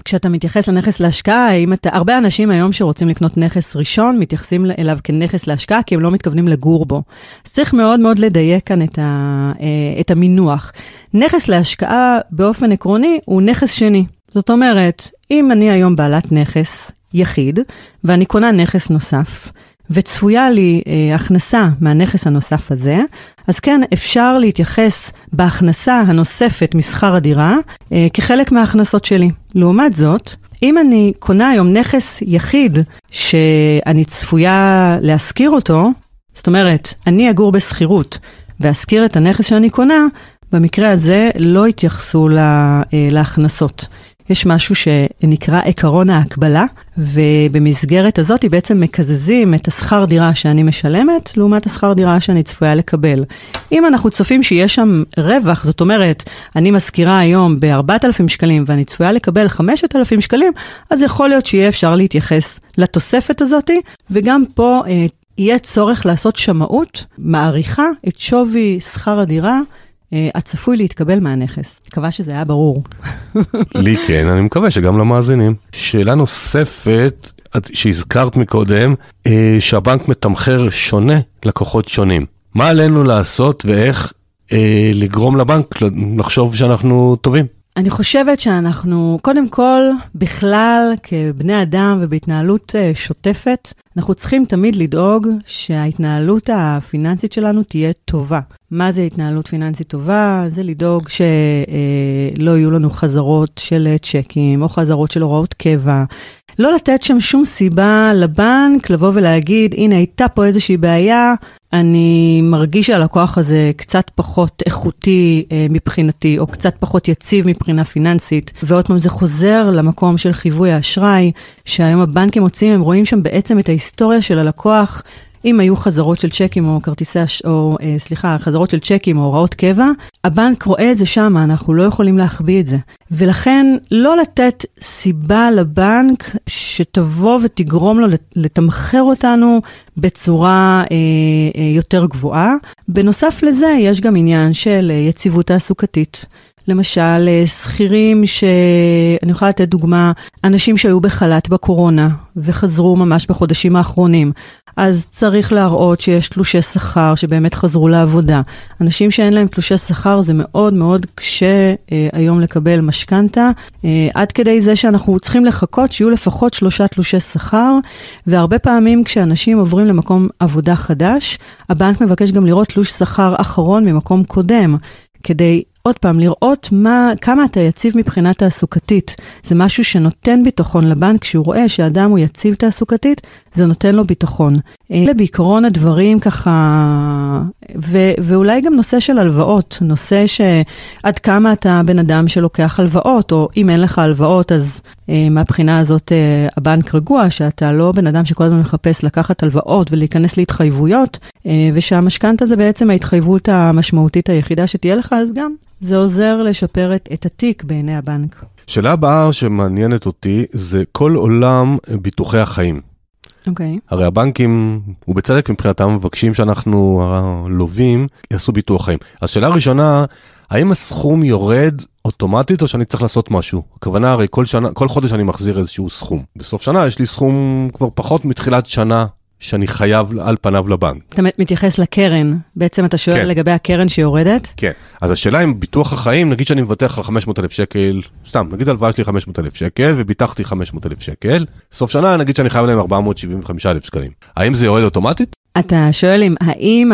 כשאתה מתייחס לנכס להשקעה, האם אתה, הרבה אנשים היום שרוצים לקנות נכס ראשון, מתייחסים אליו כנכס להשקעה, כי הם לא מתכוונים לגור בו. אז צריך מאוד מאוד לדייק כאן את, ה, את המינוח. נכס להשקעה באופן עקרוני הוא נכס שני. זאת אומרת, אם אני היום בעלת נכס יחיד, ואני קונה נכס נוסף, וצפויה לי אה, הכנסה מהנכס הנוסף הזה, אז כן, אפשר להתייחס בהכנסה הנוספת משכר הדירה, אה, כחלק מההכנסות שלי. לעומת זאת, אם אני קונה היום נכס יחיד, שאני צפויה להשכיר אותו, זאת אומרת, אני אגור בסחירות, ואשכיר את הנכס שאני קונה, במקרה הזה לא התייחסו לה, אה, להכנסות. יש משהו שנקרא עקרון ההקבלה, ובמסגרת הזאת בעצם מקזזים את השכר דירה שאני משלמת, לעומת השכר דירה שאני צפויה לקבל. אם אנחנו צופים שיש שם רווח, זאת אומרת, אני מזכירה היום ב-ארבעת אלפים שקלים, ואני צפויה לקבל חמשת אלפים שקלים, אז יכול להיות שיהיה אפשר להתייחס לתוספת הזאת, וגם פה אה, יהיה צורך לעשות שמאות, מעריכה את שווי שכר הדירה, הצפוי להתקבל מהנכס. מקווה שזה היה ברור. לי כן, אני מקווה שגם למאזינים. שאלה נוספת, שהזכרת מקודם, שהבנק מתמחר שונה לקוחות שונים. מה עלינו לעשות ואיך לגרום לבנק לחשוב שאנחנו טובים? אני חושבת שאנחנו, קודם כל, בכלל, כבני אדם ובהתנהלות שוטפת, אנחנו צריכים תמיד לדאוג שההתנהלות הפיננסית שלנו תהיה טובה. מה זה התנהלות פיננסית טובה? זה לדאוג שלא יהיו לנו חזרות של צ'קים או חזרות של הוראות קבע. לא לתת שם שום סיבה לבנק לבוא ולהגיד, הנה הייתה פה איזושהי בעיה, אני מרגיש שהלקוח הזה קצת פחות איכותי אה, מבחינתי, או קצת פחות יציב מבחינה פיננסית, ועוד פעם זה חוזר למקום של חיווי האשראי, שהיום הבנקים מוצאים, הם רואים שם בעצם את ההיסטוריה של הלקוח, אם היו חזרות של צ'קים או כרטיסי, או אה, סליחה, חזרות של צ'קים או הוראות קבע, הבנק רואה את זה שם, אנחנו לא יכולים להחביא את זה. ולכן לא לתת סיבה לבנק שתבוא ותגרום לו לתמחר אותנו בצורה אה, אה, יותר גבוהה. בנוסף לזה יש גם עניין של יציבות תעסוקתית. למשל, שכירים שאני יכולה לתת דוגמה, אנשים שהיו בחל"ת בקורונה וחזרו ממש בחודשים האחרונים, אז צריך להראות שיש תלושי שכר שבאמת חזרו לעבודה. אנשים שאין להם תלושי שכר זה מאוד מאוד קשה אה, היום לקבל משכנתה, אה, עד כדי זה שאנחנו צריכים לחכות שיהיו לפחות שלושה תלושי שכר, והרבה פעמים כשאנשים עוברים למקום עבודה חדש, הבנק מבקש גם לראות תלוש שכר אחרון ממקום קודם, כדי עוד פעם, לראות מה, כמה אתה יציב מבחינה תעסוקתית. זה משהו שנותן ביטחון לבנק, כשהוא רואה שהאדם הוא יציב תעסוקתית, זה נותן לו ביטחון. אלה בעיקרון הדברים ככה, ו, ואולי גם נושא של הלוואות, נושא שעד כמה אתה בן אדם שלוקח הלוואות, או אם אין לך הלוואות, אז אה, מהבחינה הזאת אה, הבנק רגוע, שאתה לא בן אדם שכל הזמן מחפש לקחת הלוואות ולהיכנס להתחייבויות, אה, ושהמשכנתא זה בעצם ההתחייבות המשמעותית היחידה שתהיה לך, אז גם זה עוזר לשפר את, את התיק בעיני הבנק. שאלה הבאה שמעניינת אותי זה כל עולם ביטוחי החיים. אוקיי. Okay. הרי הבנקים, ובצדק מבחינתם, מבקשים שאנחנו הלווים יעשו ביטוח חיים. אז שאלה ראשונה, האם הסכום יורד אוטומטית או שאני צריך לעשות משהו? הכוונה הרי כל שנה, כל חודש אני מחזיר איזשהו סכום. בסוף שנה יש לי סכום כבר פחות מתחילת שנה שאני חייב על פניו לבנק. אתה מתייחס לקרן, בעצם אתה שואל כן. לגבי הקרן שיורדת? כן, אז השאלה אם ביטוח החיים, נגיד שאני מבטח על חמש מאות אלף שקל, סתם, נגיד הלוואה שלי חמש מאות אלף שקל, וביטחתי חמש מאות אלף שקל, סוף שנה נגיד שאני חייב להם ארבע מאות שבעים וחמישה אלף שקלים. האם זה יורד אוטומטית? אתה שואל אם, האם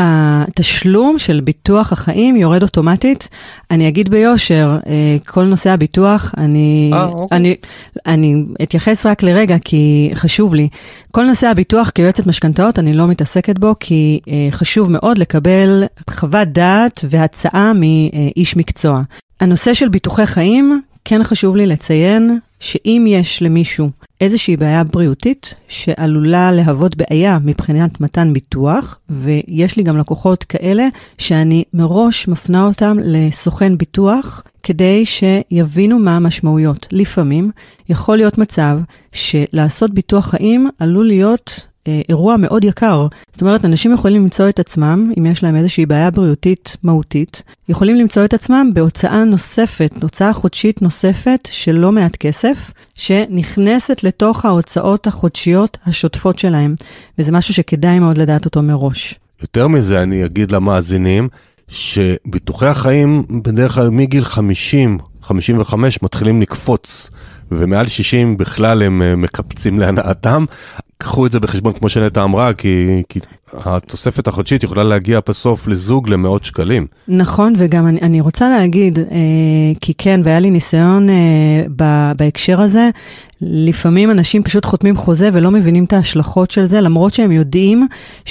התשלום של ביטוח החיים יורד אוטומטית? אני אגיד ביושר, כל נושא הביטוח, אני, 아, אוקיי. אני, אני אתייחס רק לרגע, כי חשוב לי. כל נושא הביטוח כיועצת משכנתאות, אני לא מתעסקת בו, כי חשוב מאוד לקבל חוות דעת והצעה מאיש מקצוע. הנושא של ביטוחי חיים, כן חשוב לי לציין, שאם יש למישהו איזושהי בעיה בריאותית שעלולה להוות בעיה מבחינת מתן ביטוח, ויש לי גם לקוחות כאלה שאני מראש מפנה אותם לסוכן ביטוח, כדי שיבינו מה המשמעויות. לפעמים יכול להיות מצב שלעשות ביטוח חיים עלול להיות אירוע מאוד יקר. זאת אומרת, אנשים יכולים למצוא את עצמם, אם יש להם איזושהי בעיה בריאותית מהותית, יכולים למצוא את עצמם בהוצאה נוספת, הוצאה חודשית נוספת של לא מעט כסף, שנכנסת לתוך ההוצאות החודשיות השוטפות שלהם. וזה משהו שכדאי מאוד לדעת אותו מראש. יותר מזה אני אגיד למאזינים, שביטוחי החיים בדרך כלל מגיל חמישים, חמישים וחמש מתחילים לקפוץ, ומעל שישים בכלל הם מקפצים להנאתם. קחו את זה בחשבון כמו שנטע אמרה, כי, כי התוספת החודשית יכולה להגיע בסוף לזוג למאות שקלים. נכון, וגם אני, אני רוצה להגיד, אה, כי כן, והיה לי ניסיון אה, ב, בהקשר הזה, לפעמים אנשים פשוט חותמים חוזה ולא מבינים את ההשלכות של זה, למרות שהם יודעים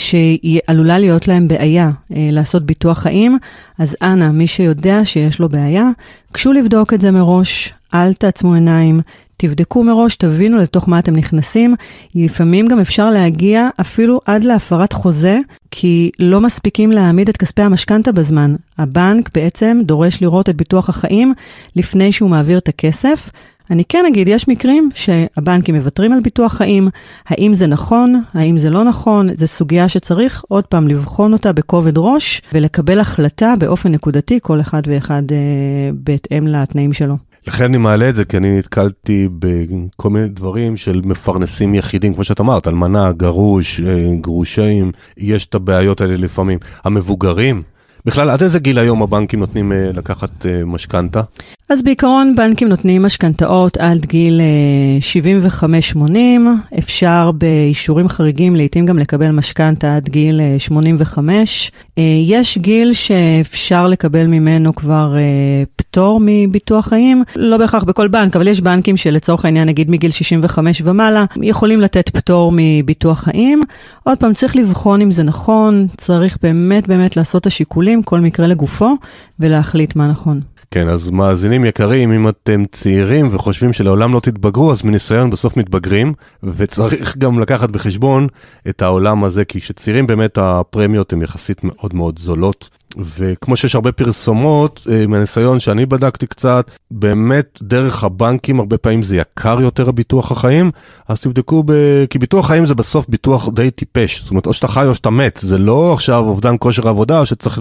שעלולה להיות להם בעיה אה, לעשות ביטוח חיים, אז אנא, מי שיודע שיש לו בעיה, קשו לבדוק את זה מראש, אל תעצמו עיניים, תבדקו מראש, תבינו לתוך מה אתם נכנסים. לפעמים גם אפשר להגיע אפילו עד להפרת חוזה, כי לא מספיקים להעמיד את כספי המשכנתא בזמן. הבנק בעצם דורש לראות את ביטוח החיים לפני שהוא מעביר את הכסף. אני כן אגיד, יש מקרים שהבנקים מוותרים על ביטוח חיים. האם זה נכון? האם זה לא נכון? זו סוגיה שצריך עוד פעם לבחון אותה בכובד ראש, ולקבל החלטה באופן נקודתי, כל אחד ואחד אה, בהתאם לתנאים שלו. לכן אני מעלה את זה, כי אני נתקלתי בכל מיני דברים של מפרנסים יחידים, כמו שאת אמרת, אלמנה, גרוש, גרושים, יש את הבעיות האלה לפעמים. המבוגרים, בכלל, עד איזה גיל היום הבנקים נותנים לקחת משכנתא? אז בעיקרון בנקים נותנים משכנתאות עד גיל שבעים וחמש שמונים, אפשר באישורים חריגים לעתים גם לקבל משכנתא עד גיל שמונים וחמש. יש גיל שאפשר לקבל ממנו כבר פטור מביטוח חיים, לא בהכרח בכל בנק, אבל יש בנקים שלצורך העניין נגיד מגיל שישים וחמש ומעלה, יכולים לתת פטור מביטוח חיים. עוד פעם, צריך לבחון אם זה נכון, צריך באמת באמת לעשות את השיקולים, כל מקרה לגופו, ולהחליט מה נכון. כן, אז מאזינים יקרים, אם אתם צעירים וחושבים שלעולם לא תתבגרו, אז מניסיון בסוף מתבגרים, וצריך גם לקחת בחשבון את העולם הזה, כי כשצעירים באמת הפרמיות הן יחסית מאוד מאוד זולות, וכמו שיש הרבה פרסומות, מהניסיון שאני בדקתי קצת, באמת דרך הבנקים הרבה פעמים זה יקר יותר הביטוח החיים, אז תבדקו, ב... כי ביטוח חיים זה בסוף ביטוח די טיפש, זאת אומרת או שאתה חי או שאתה מת, זה לא עכשיו אובדן כושר עבודה שצריך ל...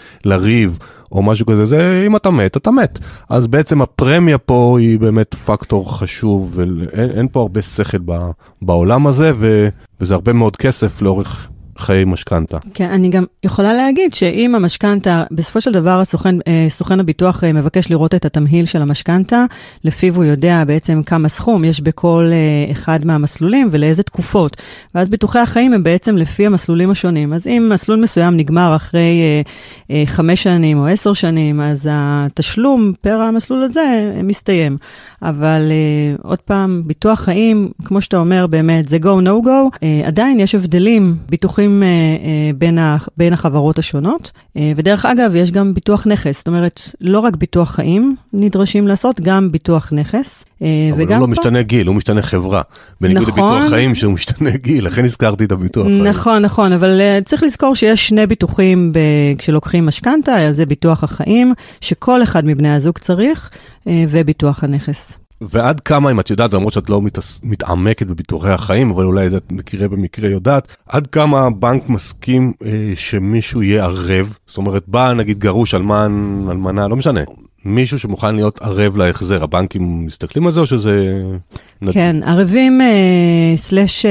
לריב או משהו כזה, זה אם אתה מת, אתה מת. אז בעצם הפרמיה פה היא באמת פקטור חשוב, ואין אין פה הרבה שכל ב... בעולם הזה, ו... וזה הרבה מאוד כסף לאורך חיי משכנתא. כן, אני גם יכולה להגיד שאם המשכנתא, בסופו של דבר הסוכן, סוכן הביטוח מבקש לראות את התמהיל של המשכנתא, לפיו הוא יודע בעצם כמה סכום יש בכל אחד מהמסלולים ולאיזה תקופות. ואז ביטוחי החיים הם בעצם לפי המסלולים השונים. אז אם מסלול מסוים נגמר אחרי חמש שנים או עשר שנים, אז התשלום פר המסלול הזה מסתיים. אבל עוד פעם, ביטוח חיים, כמו שאתה אומר באמת, זה go no go, עדיין יש הבדלים ביטוחים בין, ה, בין החברות השונות, ודרך אגב יש גם ביטוח נכס, זאת אומרת לא רק ביטוח חיים נדרשים לעשות, גם ביטוח נכס. אבל הוא לא משתנה גיל, הוא משתנה חברה, בניגוד לביטוח חיים שהוא משתנה גיל, לכן הזכרתי את הביטוח חיים. נכון, נכון, אבל צריך לזכור שיש שני ביטוחים כשלוקחים משכנתא, זה ביטוח החיים, שכל אחד מבני הזוג צריך, וביטוח הנכס. ועד כמה, אם את יודעת, למרות שאת לא מתעמקת בביטוחי החיים, אבל אולי זה מקרה במקרה יודעת, עד כמה הבנק מסכים אה, שמישהו יהיה ערב, זאת אומרת, בא נגיד גרוש, אלמן, אלמנה, לא משנה, מישהו שמוכן להיות ערב להחזר, הבנקים מסתכלים על זה או שזה... כן, ערבים אה, סלש אה,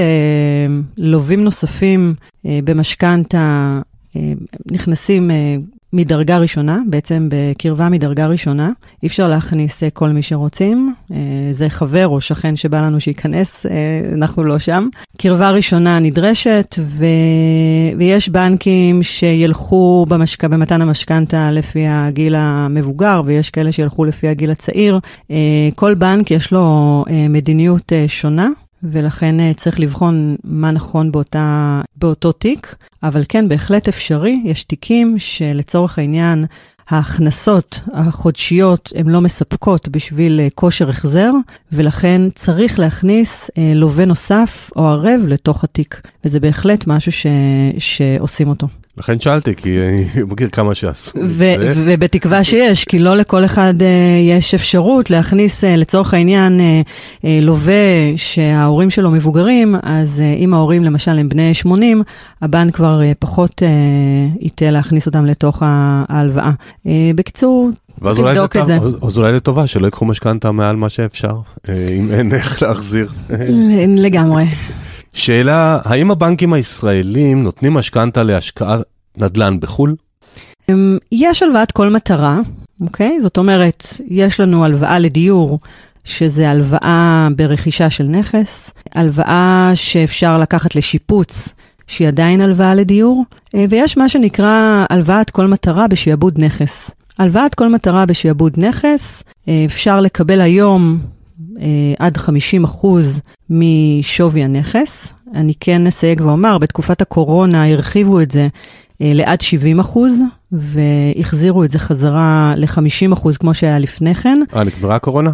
לובים נוספים אה, במשכנתא אה, נכנסים... אה, מדרגה ראשונה, בעצם בקרבה מדרגה ראשונה, אי אפשר להכניס כל מי שרוצים, זה חבר או שכן שבא לנו שייכנס, אנחנו לא שם. קרבה ראשונה נדרשת, ו... ויש בנקים שילכו במשק... במתן המשכנתא לפי הגיל המבוגר, ויש כאלה שילכו לפי הגיל הצעיר. כל בנק יש לו מדיניות שונה, ולכן צריך לבחון מה נכון באותה, באותו תיק, אבל כן, בהחלט אפשרי, יש תיקים שלצורך העניין, ההכנסות החודשיות הן לא מספקות בשביל כושר החזר, ולכן צריך להכניס לווה נוסף או ערב לתוך התיק, וזה בהחלט משהו ש... שעושים אותו. לכן שאלתי, כי אני מכיר כמה שעשו. ובתקווה שיש, כי לא לכל אחד יש אפשרות להכניס לצורך העניין לווה שההורים שלו מבוגרים, אז אם ההורים למשל הם בני שמונים, הבנק כבר פחות ייתה להכניס אותם לתוך ההלוואה. בקיצור, צריך לבדוק את זה. אז אולי לטובה, שלא יקחו משכנתה מעל מה שאפשר, אם אין איך להחזיר. לגמרי. שאלה, האם הבנקים הישראלים נותנים משכנתה להשקעה נדל"ן בחול? יש הלוואת כל מטרה, אוקיי? זאת אומרת, יש לנו הלוואה לדיור, שזה הלוואה ברכישה של נכס, הלוואה שאפשר לקחת לשיפוץ, שהיא עדיין הלוואה לדיור, ויש מה שנקרא הלוואת כל מטרה בשעבוד נכס. הלוואת כל מטרה בשעבוד נכס, אפשר לקבל היום עד חמישים אחוז משווי הנכס. אני כן נסייג ואומר, בתקופת הקורונה הרחיבו את זה לעד שבעים אחוז, והחזירו את זה חזרה ל-חמישים אחוז כמו שהיה לפני כן. אה, נגמרה הקורונה?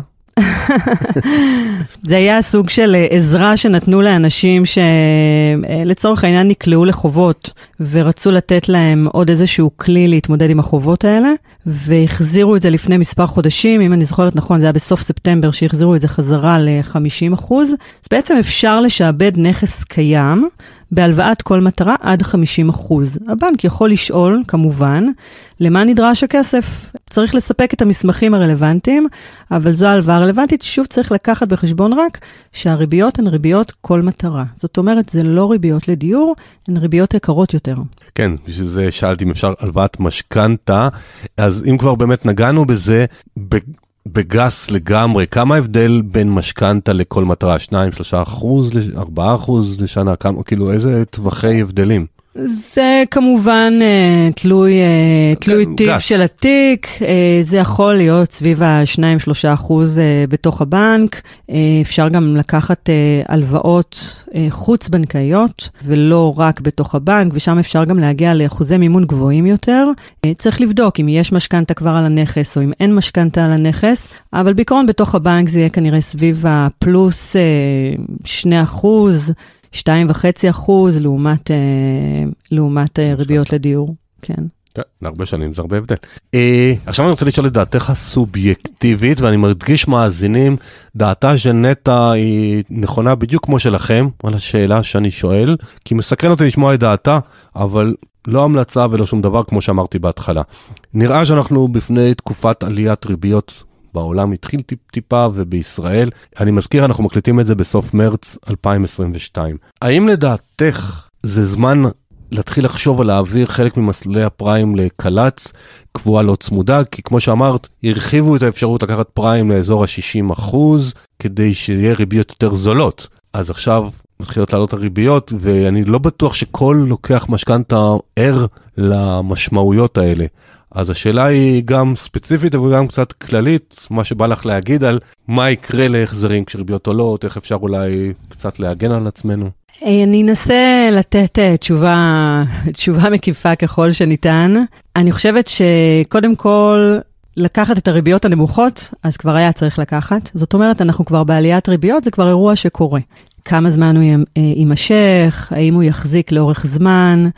זה היה סוג של עזרה שנתנו לאנשים שלצורך העניין נקלעו לחובות, ורצו לתת להם עוד איזשהו כלי להתמודד עם החובות האלה, והחזירו את זה לפני מספר חודשים, אם אני זוכרת נכון, זה היה בסוף ספטמבר שהחזירו את זה חזרה ל-חמישים אחוז, אז בעצם אפשר לשעבד נכס קיים, בהלוואת כל מטרה עד חמישים אחוז. הבנק יכול לשאול, כמובן, למה נדרש הכסף. צריך לספק את המסמכים הרלוונטיים, אבל זו ההלוואה הרלוונטית. שוב צריך לקחת בחשבון רק שהריביות הן ריביות כל מטרה. זאת אומרת, זה לא ריביות לדיור, הן ריביות יקרות יותר. כן, בשביל זה שאלתי אם אפשר הלוואת משכנתה, אז אם כבר באמת נגענו בזה, בגס לגמרי, כמה הבדל בין משכנתה לכל מטרה? שניים, שלושה אחוז, ארבעה אחוז לשנה, כמה, כאילו איזה טווחי הבדלים? זה כמובן תלוי, תלוי טיב של התיק, זה יכול להיות סביב ה-שניים שלושה אחוז בתוך הבנק, אפשר גם לקחת הלוואות חוץ בנקאיות, ולא רק בתוך הבנק, ושם אפשר גם להגיע לאחוזי מימון גבוהים יותר. צריך לבדוק אם יש משכנתה כבר על הנכס, או אם אין משכנתה על הנכס, אבל בעיקרון בתוך הבנק זה יהיה כנראה סביב הפלוס שני אחוז, שתיים וחצי אחוז לעומת, לעומת ריביות לדיור. כן. כן, להרבה שנים, זה הרבה הבדל. עכשיו אני רוצה לשאול את דעתך הסובייקטיבית, ואני מדגיש מאזינים, דעתה של נטע היא נכונה בדיוק כמו שלכם, על השאלה שאני שואל, כי מסקרן אותי לשמוע את דעתה, אבל לא המלצה ולא שום דבר כמו שאמרתי בהתחלה. נראה שאנחנו בפני תקופת עליית ריביות בעולם התחיל טיפ טיפה ובישראל. אני מזכיר, אנחנו מקליטים את זה בסוף מרץ אלפיים עשרים ושתיים. האם לדעתך זה זמן להתחיל לחשוב על להעביר חלק ממסלולי הפריים לקלץ, קבועה לא צמודה? כי כמו שאמרת, הרחיבו את האפשרות לקחת פריים לאזור ה-שישים אחוז, כדי שיהיה ריביות יותר זולות. אז עכשיו מתחילות לעלות הריביות, ואני לא בטוח שכל לוקח משכנתה ער למשמעויות האלה. אז השאלה היא גם ספציפית, אבל גם קצת כללית, מה שבא לך להגיד על מה יקרה להחזרים כשריביות עולות, איך אפשר אולי קצת להגן על עצמנו. אני אנסה לתת תשובה, תשובה מקיפה ככל שניתן. אני חושבת שקודם כל, לקחת את הריביות הנמוכות, אז כבר היה צריך לקחת. זאת אומרת, אנחנו כבר בעליית ריביות, זה כבר אירוע שקורה. כמה זמן הוא יימשך, האם הוא יחזיק לאורך זמן,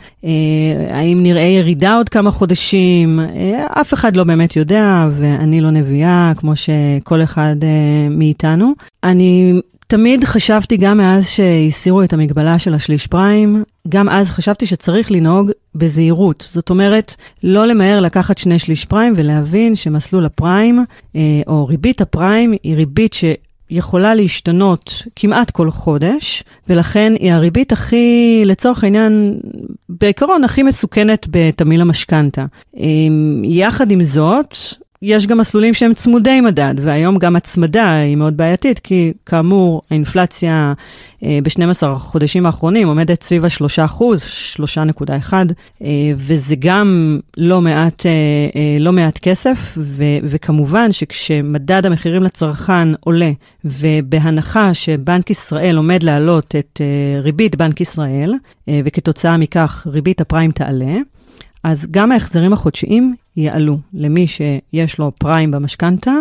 האם נראה ירידה עוד כמה חודשים, אף אחד לא באמת יודע, ואני לא נביאה, כמו שכל אחד מאיתנו. אני תמיד חשבתי גם מאז שהסירו את המגבלה של השליש פריים, גם אז חשבתי שצריך לנהוג בזהירות. זאת אומרת, לא למהר לקחת שני שליש פריים ולהבין שמסלול הפריים, או ריבית הפריים, היא ריבית ש... יכולה להשתנות כמעט כל חודש, ולכן היא הריבית הכי, לצורך העניין, בעיקרון הכי מסוכנת בתמיל המשכנתה. יחד עם זאת, יש גם מסלולים שהם צמודי מדד, והיום גם הצמדה היא מאוד בעייתית, כי כאמור, האינפלציה ב-שנים עשר החודשים האחרונים עומדת סביב ה-שלושה אחוז, שלוש נקודה אחת, וזה גם לא מעט, לא מעט כסף, ו- וכמובן שכשמדד המחירים לצרכן עולה, ובהנחה שבנק ישראל עומד להעלות את ריבית בנק ישראל, וכתוצאה מכך ריבית הפריים תעלה, אז גם ההחזרים החודשיים יעלו למי שיש לו פריים במשכנתה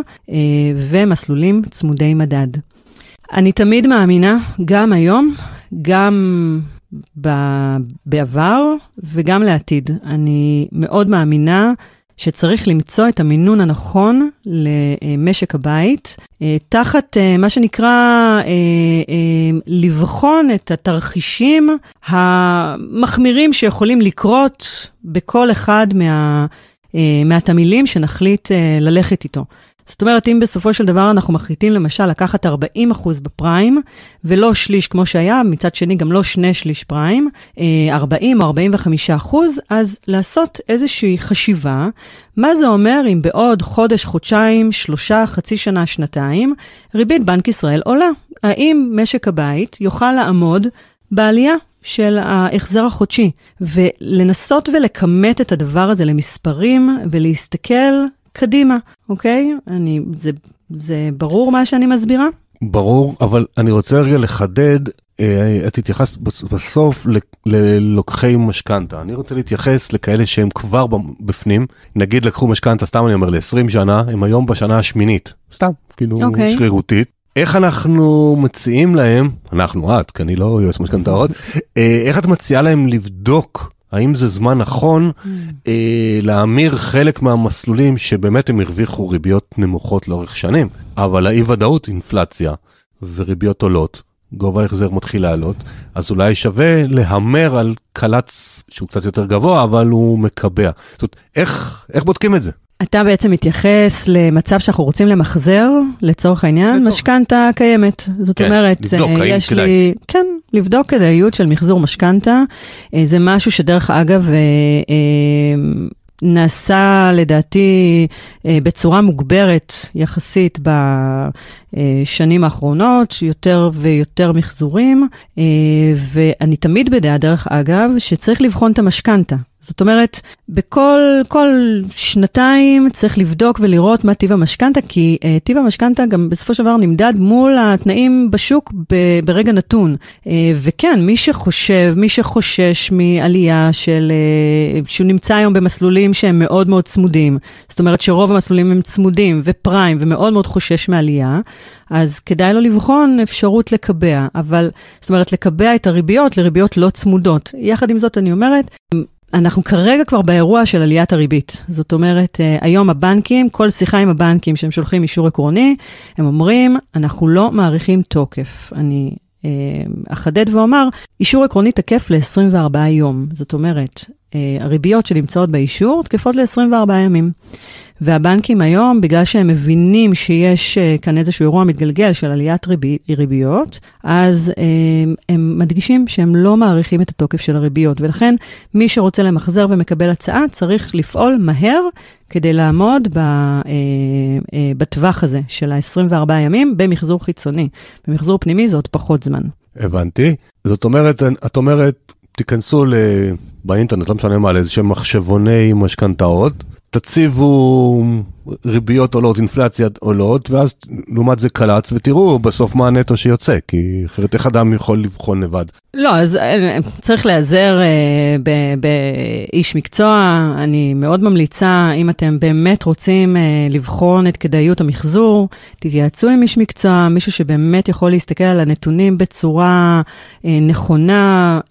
ומסלולים צמודי מדד. אני תמיד מאמינה, גם היום, גם בעבר וגם לעתיד. אני מאוד מאמינה שצריך למצוא את המינון הנכון למשק הבית, תחת מה שנקרא לבחון את התרחישים המחמירים שיכולים לקרות בכל אחד מה, מהתמילים שנחליט ללכת איתו. זאת אומרת, אם בסופו של דבר אנחנו מחליטים למשל לקחת ארבעים אחוז בפריים, ולא שליש כמו שהיה, מצד שני גם לא שני שליש פריים, ארבעים או ארבעים וחמישה אחוז, אז לעשות איזושהי חשיבה, מה זה אומר אם בעוד חודש, חודשיים, שלושה, חצי שנה, שנתיים, ריבית בנק ישראל עולה? האם משק הבית יוכל לעמוד בעלייה של ההחזר החודשי, ולנסות ולכמת את הדבר הזה למספרים, ולהסתכל קדימה, אוקיי? אני, זה, זה ברור מה שאני מסבירה? ברור, אבל אני רוצה רגע לחדד, את התייחסת בסוף ללוקחי משכנתה. אני רוצה להתייחס לכאלה שהם כבר בפנים, נגיד לקחו משכנתה, סתם אני אומר, ל-עשרים שנה, הם היום בשנה השמינית, סתם, כאילו okay. שרירותית. איך אנחנו מציעים להם, אנחנו את, כי אני לא יועץ משכנתאות, איך את מציעה להם לבדוק האם זה זמן נכון mm. אה, להמיר חלק מהמסלולים שבאמת הם הרוויחו ריביות נמוכות לאורך שנים, אבל האי-ודאות, אינפלציה וריביות עולות, גובה החזר מתחיל לעלות, אז אולי שווה להמר על קלץ שהוא קצת יותר גבוה, אבל הוא מקבע. זאת אומרת, איך, איך בודקים את זה? אתה בעצם מתייחס למצב שאנחנו רוצים למחזר, לצורך העניין, משכנתה קיימת. זאת כן, אומרת, לבדוק, יש האם לי, כן, לבדוק כדאיות של מחזור משכנתה. זה משהו שדרך אגב, נעשה לדעתי בצורה מוגברת יחסית בשנים האחרונות, יותר ויותר מחזורים, ואני תמיד בדעה דרך אגב, שצריך לבחון את המשכנתה. זאת אומרת, בכל כל שנתיים צריך לבדוק ולראות מה טיב המשכנתה, כי uh, טיב המשכנתה גם בסופו של דבר נמדד מול התנאים בשוק ב- ברגע נתון. Uh, וכן, מי שחושב, מי שחושש מעלייה של, uh, שהוא נמצא היום במסלולים שהם מאוד מאוד צמודים, זאת אומרת שרוב המסלולים הם צמודים ופריים ומאוד מאוד חושש מעלייה, אז כדאי לו לבחון אפשרות לקבע, אבל זאת אומרת לקבע את הריביות לריביות לא צמודות. יחד עם זאת אני אומרת, אנחנו כרגע כבר באירוע של עליית הריבית. זאת אומרת, היום הבנקים, כל שיחה עם הבנקים שהם שולחים אישור עקרוני, הם אומרים, אנחנו לא מעריכים תוקף. אני אה, אחדד ואומר, אישור עקרוני תקף ל-עשרים וארבעה יום. זאת אומרת, אה, הריביות שנמצאות באישור תקפות ל-עשרים וארבעה ימים. והבנקים היום, בגלל שהם מבינים שיש כאן איזשהו אירוע מתגלגל של עליית ריבי, ריביות, אז הם, הם מדגישים שהם לא מעריכים את התוקף של הריביות, ולכן מי שרוצה למחזר ומקבל הצעה, צריך לפעול מהר כדי לעמוד ב, בטווח הזה של ה-עשרים וארבעה ימים במחזור חיצוני. במחזור פנימי זה עוד פחות זמן. הבנתי. זאת אומרת, את אומרת, תיכנסו באינטרנט, לא משנה מה, לאיזשהם מחשבוני משכנתאות, תציבו ריביות עולות, אינפלציה עולות, ואז לעומת זה קלץ, ותראו בסוף מה הנטו שיוצא, כי אחרת איך אדם יכול לבחון לבד. לא, אז צריך להיעזר באיש מקצוע. אני מאוד ממליצה, אם אתם באמת רוצים לבחון את כדאיות המחזור, תתייעצו עם איש מקצוע, מישהו שבאמת יכול להסתכל על הנתונים בצורה נכונה,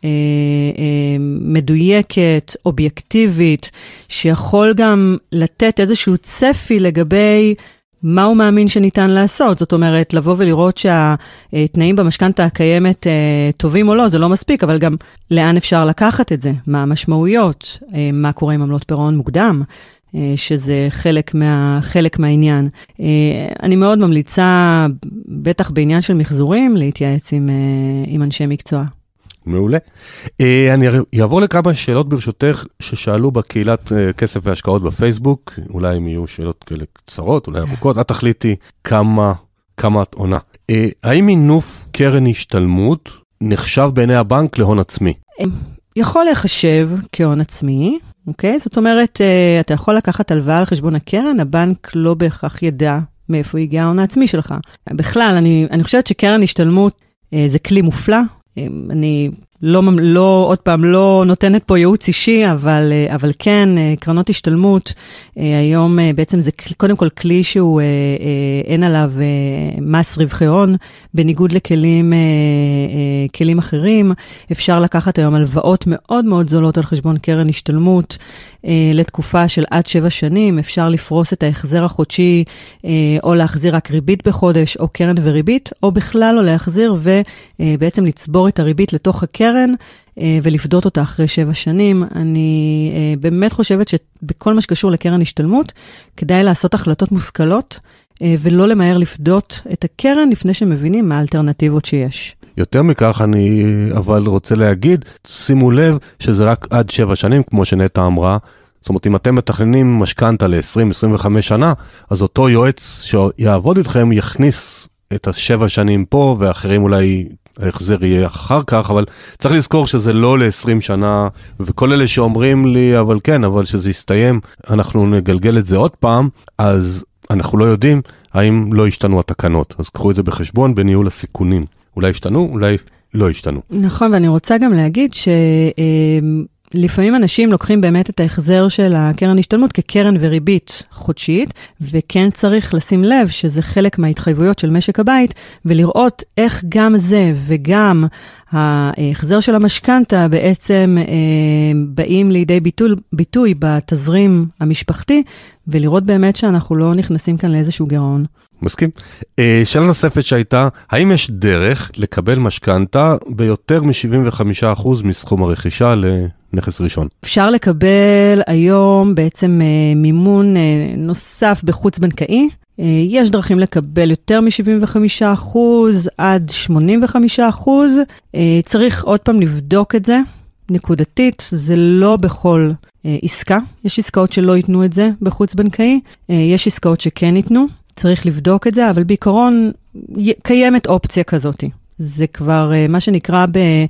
מדויקת, אובייקטיבית, שיכול גם לתת איזשהו צפי לגבי מה הוא מאמין שניתן לעשות. זאת אומרת, לבוא ולראות שהתנאים במשכנתה הקיימת טובים או לא, זה לא מספיק, אבל גם לאן אפשר לקחת את זה, מה המשמעויות, מה קורה עם עמלות פירעון מוקדם, שזה חלק מה, חלק מהעניין. אני מאוד ממליצה, בטח בעניין של מחזורים, להתייעץ עם, עם אנשי מקצוע. מעולה. אני אעבור לכמה שאלות ברשותך ששאלו בקהילת כסף והשקעות בפייסבוק, אולי אם יהיו שאלות כאלה קצרות, אולי ארוכות, את תחליטי כמה, כמה את עונה. האם מינוף קרן השתלמות נחשב בעיני הבנק להון עצמי? יכול לחשב כהון עצמי, אוקיי? זאת אומרת, אתה יכול לקחת הלוואה על חשבון הקרן, הבנק לא בהכרח ידע מאיפה הגיע ההון העצמי שלך. בכלל, אני, אני חושבת שקרן השתלמות זה כלי מופלא, אני לא, לא, עוד פעם, לא נותנת פה ייעוץ אישי, אבל, אבל כן, קרנות השתלמות, היום בעצם זה קודם כל כלי שהוא, אין עליו מס רווחי הון, בניגוד לכלים, כלים אחרים, אפשר לקחת היום הלוואות מאוד מאוד זולות על חשבון קרן השתלמות, לתקופה של עד שבע שנים, אפשר לפרוס את ההחזר החודשי, או להחזיר רק ריבית בחודש, או קרן וריבית, או בכלל לא להחזיר, ובעצם לצבור את הריבית לתוך הקרן, ולפדות אותה אחרי שבע שנים. אני באמת חושבת שבכל מה שקשור לקרן השתלמות, כדאי לעשות החלטות מושכלות, ולא למהר לפדות את הקרן, לפני שמבינים מה האלטרנטיבות שיש. יותר מכך אני אבל רוצה להגיד, שימו לב שזה רק עד שבע שנים, כמו שנטע אמרה. זאת אומרת, אם אתם מתכננים משכנתה ל-עשרים עד עשרים וחמש שנה, אז אותו יועץ שיעבוד איתכם יכניס את השבע שנים פה, ואחרים אולי ההחזר יהיה אחר כך, אבל צריך לזכור שזה לא ל-עשרים שנה, וכל אלה שאומרים לי, אבל כן, אבל שזה יסתיים, אנחנו נגלגל את זה עוד פעם, אז אנחנו לא יודעים האם לא השתנו התקנות. אז קחו את זה בחשבון בניהול הסיכונים. אולי השתנו, אולי לא השתנו. נכון, ואני רוצה גם להגיד ש... לפעמים אנשים לוקחים באמת את ההחזר של הקרן השתלמות כקרן וריבית חודשית, וכן צריך לשים לב שזה חלק מההתחייבויות של משק הבית, ולראות איך גם זה וגם ההחזר של המשכנתה בעצם אה, באים לידי ביטוי, ביטוי בתזרים המשפחתי, ולראות באמת שאנחנו לא נכנסים כאן לאיזשהו גירעון. מסכים. שאלה נוספת שהייתה, האם יש דרך לקבל משכנתה ביותר מ-שבעים וחמישה אחוז מסכום הרכישה לנכס ראשון? אפשר לקבל היום בעצם מימון נוסף בחוץ בנקאי. יש דרכים לקבל יותר מ-שבעים וחמישה אחוז עד שמונים וחמישה אחוז. צריך עוד פעם לבדוק את זה. נקודתית, זה לא בכל עסקה. יש עסקאות שלא ייתנו את זה בחוץ בנקאי. יש עסקאות שכן ייתנו. צריך לבדוק את זה, אבל בעיקרון קיימת אופציה כזאת. זה כבר מה שנקרא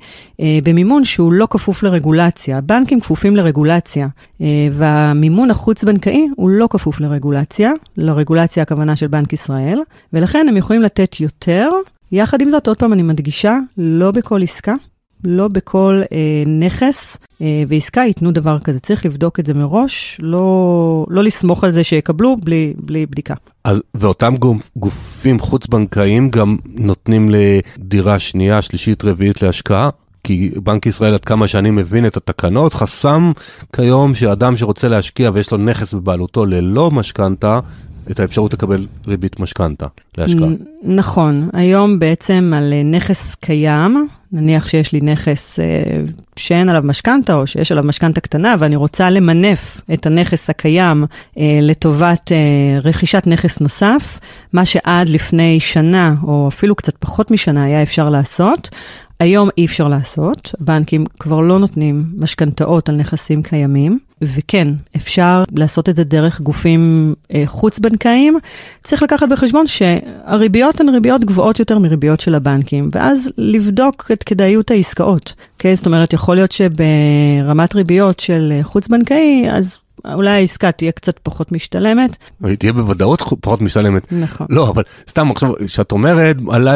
במימון שהוא לא כפוף לרגולציה. הבנקים כפופים לרגולציה, והמימון החוץ-בנקאי הוא לא כפוף לרגולציה, לרגולציה הכוונה של בנק ישראל, ולכן הם יכולים לתת יותר. יחד עם זאת, עוד פעם אני מדגישה, לא בכל עסקה, לא בכל אה, נכס אה, ועסקה ייתנו דבר כזה. צריך לבדוק את זה מראש, לא, לא לסמוך על זה שיקבלו בלי, בלי בדיקה. אז, ואותם גופ, גופים חוץ-בנקאיים גם נותנים לדירה שנייה, שלישית, רביעית להשקעה? כי בנק ישראל עד כמה שאני מבין את התקנות, חסם כיום שאדם שרוצה להשקיע ויש לו נכס בבעלותו ללא משכנתה, את האפשרות לקבל ריבית משכנתה להשקעה. נכון. היום בעצם על נכס קיים, נניח שיש לי נכס שאין עליו משכנתה, או שיש עליו משכנתה קטנה, ואני רוצה למנף את הנכס הקיים לטובת רכישת נכס נוסף, מה שעד לפני שנה, או אפילו קצת פחות משנה, היה אפשר לעשות. היום אי אפשר לעשות, הבנקים כבר לא נותנים משכנתאות על נכסים קיימים, וכן, אפשר לעשות את זה דרך גופים אה, חוץ-בנקאיים. צריך לקחת בחשבון שהריביות הן ריביות גבוהות יותר מריביות של הבנקים, ואז לבדוק את כדאיות העסקאות. Okay? זאת אומרת, יכול להיות שברמת ריביות של חוץ-בנקאי, אז אולי העסקה תהיה קצת פחות משתלמת. היא תהיה בוודאות פחות משתלמת. נכון. לא, אבל סתם עכשיו, שאת אומרת, עלה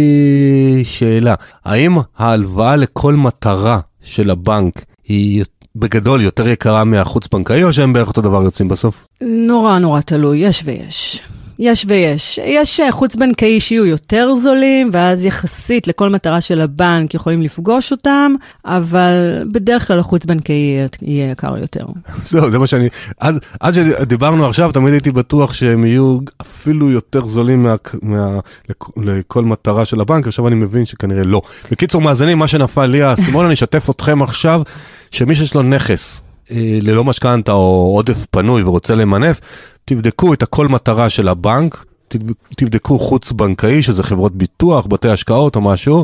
לי שאלה, האם ההלוואה לכל מטרה של הבנק היא בגדול יותר יקרה מהחוץ בנקאי, או שהם בערך אותו דבר יוצאים בסוף? נורא נורא תלוי, יש ויש. יש ויש. יש חוץ בנקאי שיהיו יותר זולים, ואז יחסית לכל מטרה של הבנק יכולים לפגוש אותם, אבל בדרך כלל החוץ בנקאי יהיה יקר יותר. זהו, זה מה שאני, עד, עד שדיברנו עכשיו, תמיד הייתי בטוח שהם יהיו אפילו יותר זולים מה, מה, לכל מטרה של הבנק, עכשיו אני מבין שכנראה לא. בקיצור מאזנים, מה שנפל לי, הסימון, אני אשתף אתכם עכשיו, שמי שיש לו נכס, ללא משכנתה או עודף פנוי ורוצה למנף, תבדקו את הכל מטרה של הבנק, תבדקו חוץ בנקאי, שזה חברות ביטוח, בתי השקעות או משהו.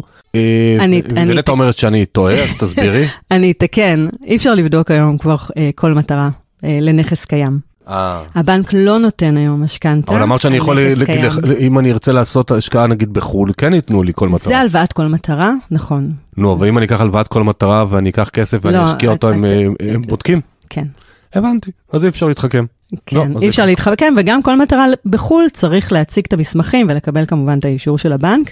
ונטע אומרת שאני טועה, אז תסבירי. אני אתקן, אי אפשר לבדוק היום כבר כל מטרה לנכס קיים. הבנק לא נותן היום משכנתה. אבל אמרת שאני יכול, אם אני ארצה לעשות השקעה נגיד בחול, כן ייתנו לי כל מטרה. זה הלוואת כל מטרה, נכון. נו, ואם אני אקח הלוואת כל מטרה ואני אקח כסף ואני אשקיע אותו, הם בודקים? כן. הבנתי, אז אי אפשר להתחכם. כן, אי אפשר להתחבקם, וגם כל מטרה בחול צריך להציג את המסמכים ולקבל כמובן את האישור של הבנק,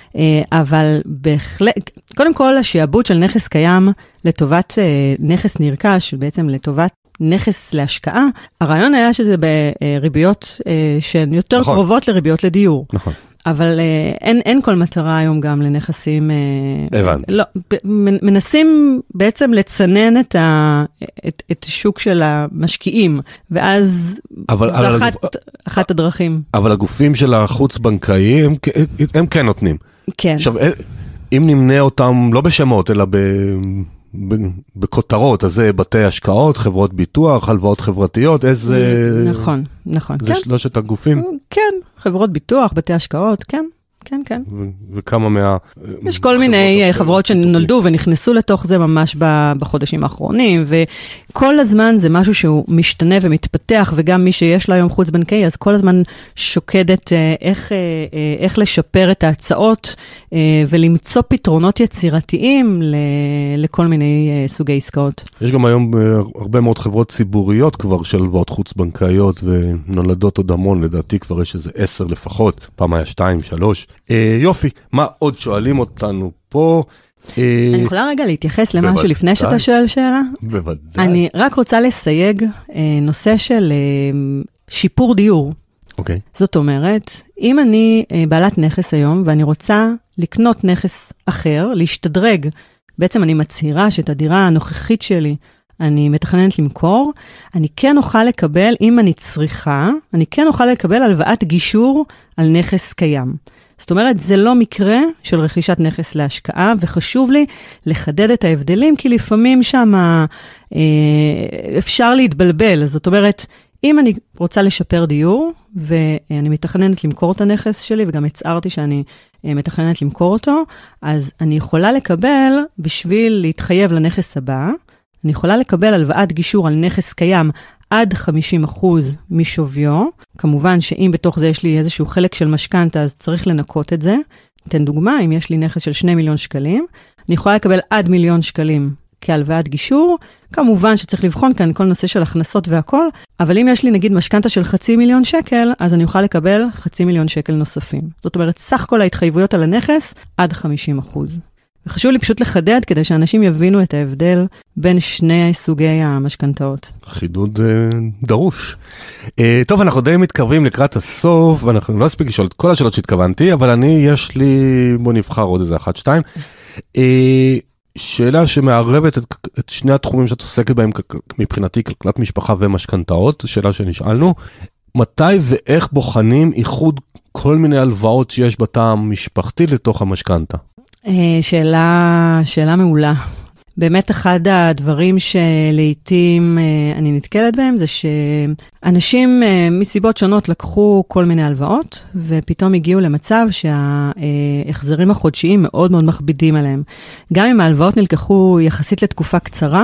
אבל בהחלט, קודם כל השעבוד של נכס קיים לטובת נכס נרכש, בעצם לטובת נכס להשקעה, הרעיון היה שזה בריביות שהן יותר נכון. קרובות לריביות לדיור. נכון. אבל uh, אין, אין כל מטרה היום גם לנכסים, uh, הבנתי. לא, מנסים בעצם לצנן את, ה, את, את השוק של המשקיעים, ואז אבל, זה אבל אחת, הגופ... אחת הדרכים. אבל הגופים של החוץ-בנקאי, הם, הם כן נותנים. כן. עכשיו, אם נמנה אותם, לא בשמות, אלא ב... בכותרות, אז זה בתי השקעות, חברות ביטוח, הלוואות חברתיות, איזה... נכון, נכון. זה שלושת הגופים? כן, חברות ביטוח, בתי השקעות, כן. כן, כן. וכמה מה... יש כל מיני חברות שנולדו ונכנסו לתוך זה ממש בחודשים האחרונים, וכל הזמן זה משהו שהוא משתנה ומתפתח, וגם מי שיש לה היום חוץ בנקאי, אז כל הזמן שוקדת איך, איך לשפר את ההצעות, ולמצוא פתרונות יצירתיים לכל מיני סוגי עסקאות. יש גם היום הרבה מאוד חברות ציבוריות כבר של הלוואות חוץ בנקאיות, ונולדות עוד המון, לדעתי כבר יש איזה עשר לפחות, פעם היה שתיים, שלוש. אה, יופי, מה עוד שואלים אותנו פה? אה, אני יכולה רגע להתייחס למשהו לפני שאתה שואל שאלה? בוודאי. אני רק רוצה לסייג אה, נושא של אה, שיפור דיור. אוקיי. זאת אומרת, אם אני אה, בעלת נכס היום, ואני רוצה לקנות נכס אחר, להשתדרג, בעצם אני מצהירה שאת הדירה הנוכחית שלי, אני מתכננת למכור, אני כן אוכל לקבל, אם אני צריכה, אני כן אוכל לקבל הלוואת גישור על נכס קיים. זאת אומרת, זה לא מקרה של רכישת נכס להשקעה, וחשוב לי לחדד את ההבדלים, כי לפעמים שם אה, אפשר להתבלבל. זאת אומרת, אם אני רוצה לשפר דיור, ואני מתכננת למכור את הנכס שלי, וגם הצערתי שאני אה, מתכננת למכור אותו, אז אני יכולה לקבל, בשביל להתחייב לנכס הבא, אני יכולה לקבל הלוואת גישור על נכס קיים עד חמישים אחוז משוויו. כמובן שאם בתוך זה יש לי איזשהו חלק של משכנתה, אז צריך לנקות את זה. ניתן דוגמה, אם יש לי נכס של שני מיליון שקלים, אני יכולה לקבל עד מיליון שקלים כהלוואת גישור. כמובן שצריך לבחון כאן כל נושא של הכנסות והכל, אבל אם יש לי נגיד משכנתה של חצי מיליון שקל, אז אני אוכל לקבל חצי מיליון שקל נוספים. זאת אומרת, סך כל ההתחייבויות על הנכס עד חמישים אחוז. וחשוב לי פשוט לחדד כדי שאנשים יבינו את ההבדל בין שני סוגי המשכנתאות. חידוד אה, דרוש. אה, טוב, אנחנו די מתקרבים לקראת הסוף, ואנחנו לא אספיק לשאול את כל השאלות שהתכוונתי, אבל אני, יש לי, בוא נבחר עוד איזה אחת, שתיים. אה, שאלה שמערבת את, את שני התחומים שאת עוסקת בהם מבחינתי, כלכלת משפחה ומשכנתאות, שאלה שנשאלנו, מתי ואיך בוחנים איחוד כל מיני הלוואות שיש בתא משפחתי לתוך המשכנתה? שאלה, שאלה מעולה. באמת אחד הדברים שלעיתים אני נתקלת בהם, זה שאנשים מסיבות שונות לקחו כל מיני הלוואות, ופתאום הגיעו למצב שההחזרים החודשיים מאוד מאוד מכבידים עליהם. גם אם ההלוואות נלקחו יחסית לתקופה קצרה,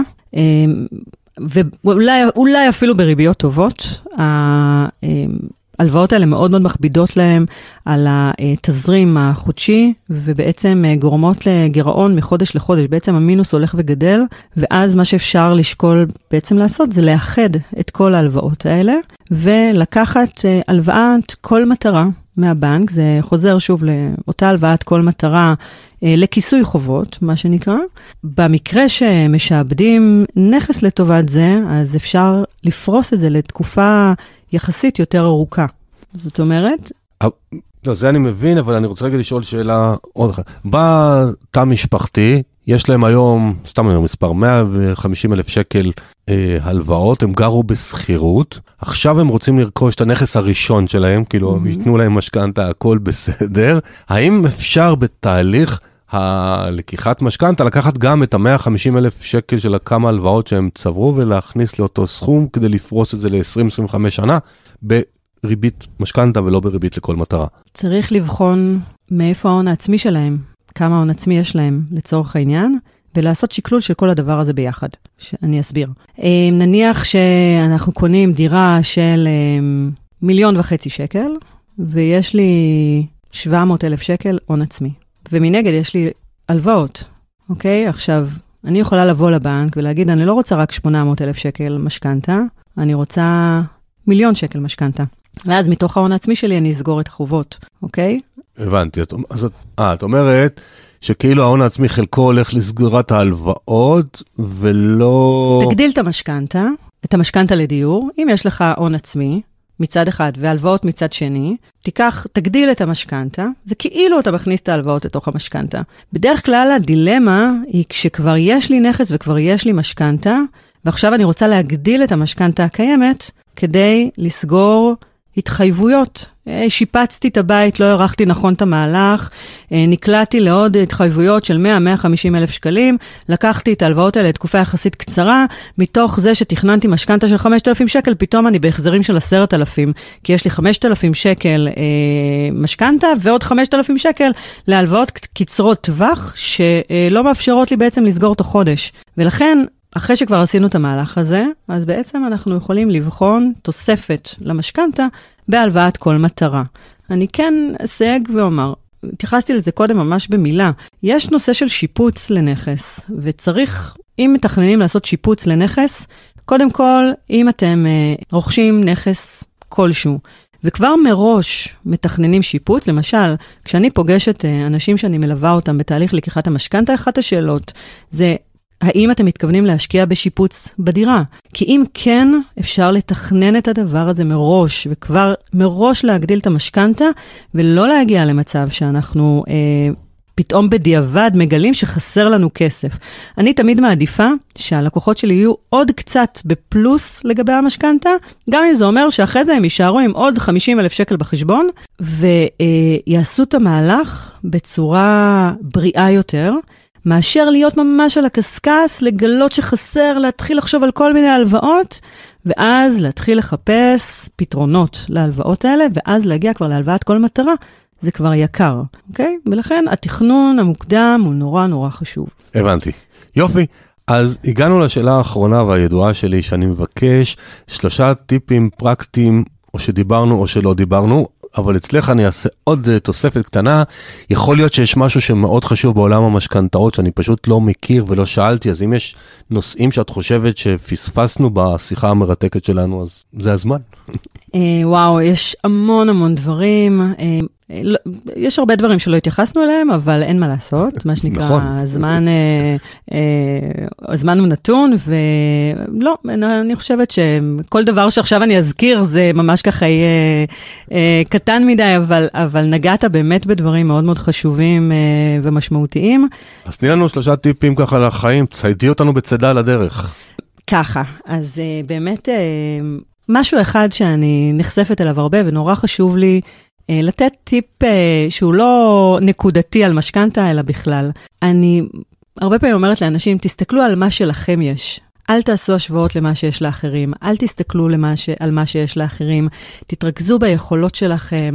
ואולי אולי אפילו בריביות טובות, ההלוואות האלה מאוד מאוד מכבידות להם על התזרים החודשי, ובעצם גורמות לגירעון מחודש לחודש. בעצם המינוס הולך וגדל, ואז מה שאפשר לשקול בעצם לעשות, זה לאחד את כל ההלוואות האלה, ולקחת הלוואת כל מטרה מהבנק. זה חוזר שוב לאותה הלוואת כל מטרה, לכיסוי חובות, מה שנקרא. במקרה שמשעבדים נכס לטובת זה, אז אפשר לפרוס את זה לתקופה יחסית יותר ארוכה. זאת אומרת... לא, זה אני מבין, אבל אני רוצה רגע לשאול שאלה עוד אחת. בתא משפחתי, יש להם היום, סתם אני אומר מספר, מאה וחמישים אלף שקל אה, הלוואות, הם גרו בסחירות, עכשיו הם רוצים לרכוש את הנכס הראשון שלהם, כאילו, mm-hmm. יתנו להם משכנתה, הכל בסדר. האם אפשר בתהליך הלקיחת משכנתה, לקחת גם את ה-מאה וחמישים אלף שקל של כמה הלוואות שהם צברו, ולהכניס לאותו סכום, כדי לפרוס את זה ל-עשרים עד עשרים וחמש שנה, בריבית משכנתה ולא בריבית לכל מטרה? צריך לבחון מאיפה ההון העצמי שלהם, כמה ההון עצמי יש להם לצורך העניין, ולעשות שקלול של כל הדבר הזה ביחד, שאני אסביר. נניח שאנחנו קונים דירה של מיליון וחצי שקל, ויש לי שבע מאות אלף שקל הון עצמי. ומנגד יש לי הלוואות, אוקיי? עכשיו, אני יכולה לבוא לבנק ולהגיד, אני לא רוצה רק שמונה מאות אלף שקל משכנתה, אני רוצה מיליון שקל משכנתה. ואז מתוך ההון העצמי שלי אני אסגור את החובות, אוקיי? הבנתי. אז אה, את אומרת שכאילו ההון העצמי חלקו הולך לסגירת ההלוואות, ולא... תגדיל את המשכנתה, את המשכנתה לדיור. אם יש לך הון עצמי מצד אחד והלוואות מצד שני, תיקח, תגדיל את המשכנתה, זה כאילו אתה מכניס את ההלוואות לתוך המשכנתה. בדרך כלל הדילמה היא כשכבר יש לי נכס וכבר יש לי משכנתה, ועכשיו אני רוצה להגדיל את המשכנתה הקיימת כדי לסגור התחייבויות. שיפצתי את הבית, לא ערכתי נכון את המהלך, נקלעתי לעוד התחייבויות של מאה עד מאה וחמישים אלף שקלים, לקחתי את ההלוואות האלה לתקופה יחסית קצרה, מתוך זה שתכננתי משכנתה של חמשת אלפים שקל, פתאום אני בהחזרים של עשרת אלפים, כי יש לי חמשת אלפים שקל אה, משכנתה, ועוד חמשת אלפים שקל להלוואות קצרות טווח, שלא מאפשרות לי בעצם לסגור את החודש. ולכן, אחרי שכבר עשינו את המהלך הזה, אז בעצם אנחנו יכולים לבחון תוספת למשכנתה בהלוואת כל מטרה. אני כן אסייג ואומר, התייחסתי לזה קודם ממש במילה, יש נושא של שיפוץ לנכס, וצריך, אם מתכננים לעשות שיפוץ לנכס, קודם כל, אם אתם אה, רוכשים נכס כלשהו, וכבר מראש מתכננים שיפוץ, למשל, כשאני פוגשת אה, אנשים שאני מלווה אותם בתהליך לקיחת המשכנתה, אחת השאלות זה, האם אתם מתכוונים להשקיע בשיפוץ בדירה? כי אם כן, אפשר לתכנן את הדבר הזה מראש, וכבר מראש להגדיל את המשכנתה, ולא להגיע למצב שאנחנו אה, פתאום בדיעבד מגלים שחסר לנו כסף. אני תמיד מעדיפה שהלקוחות שלי יהיו עוד קצת בפלוס לגבי המשכנתה, גם אם זה אומר שאחרי זה הם יישארו עם עוד חמישים אלף שקל בחשבון, ויעשו את המהלך בצורה בריאה יותר, מאשר להיות ממש על הקסקס, לגלות שחסר, להתחיל לחשוב על כל מיני הלוואות, ואז להתחיל לחפש פתרונות להלוואות האלה, ואז להגיע כבר להלוואת כל מטרה, זה כבר יקר, אוקיי? ולכן התכנון המוקדם הוא נורא נורא חשוב. הבנתי. יופי. אז הגענו לשאלה האחרונה והידועה שלי, שאני מבקש שלושה טיפים פרקטיים, או שדיברנו או שלא דיברנו, אבל אצלך אני אעשה עוד תוספת קטנה. יכול להיות שיש משהו שמאוד חשוב בעולם המשכנתאות, שאני פשוט לא מכיר ולא שאלתי, אז אם יש נושאים שאת חושבת שפספסנו בשיחה המרתקת שלנו, אז זה הזמן. וואו, יש המון המון דברים. יש הרבה דברים שלא התייחסנו אליהם, אבל אין מה לעשות, מה שנקרא, נכון. הזמן, הזמן הוא נתון, ולא, אני חושבת שכל דבר שעכשיו אני אזכיר, זה ממש ככה יהיה קטן מדי, אבל, אבל נגעת באמת בדברים מאוד מאוד חשובים ומשמעותיים. אז תני לנו שלושה טיפים ככה לחיים, ציידי אותנו בצדה לדרך. ככה, אז באמת, משהו אחד שאני נחשפת אליו הרבה, ונורא חשוב לי, לתת טיפ שהוא לא נקודתי על משכנתה, אלא בכלל. אני הרבה פעמים אומרת לאנשים, תסתכלו על מה שלכם יש. אל תעשו השוואות למה שיש לאחרים. אל תסתכלו למה ש... על מה שיש לאחרים. תתרכזו ביכולות שלכם,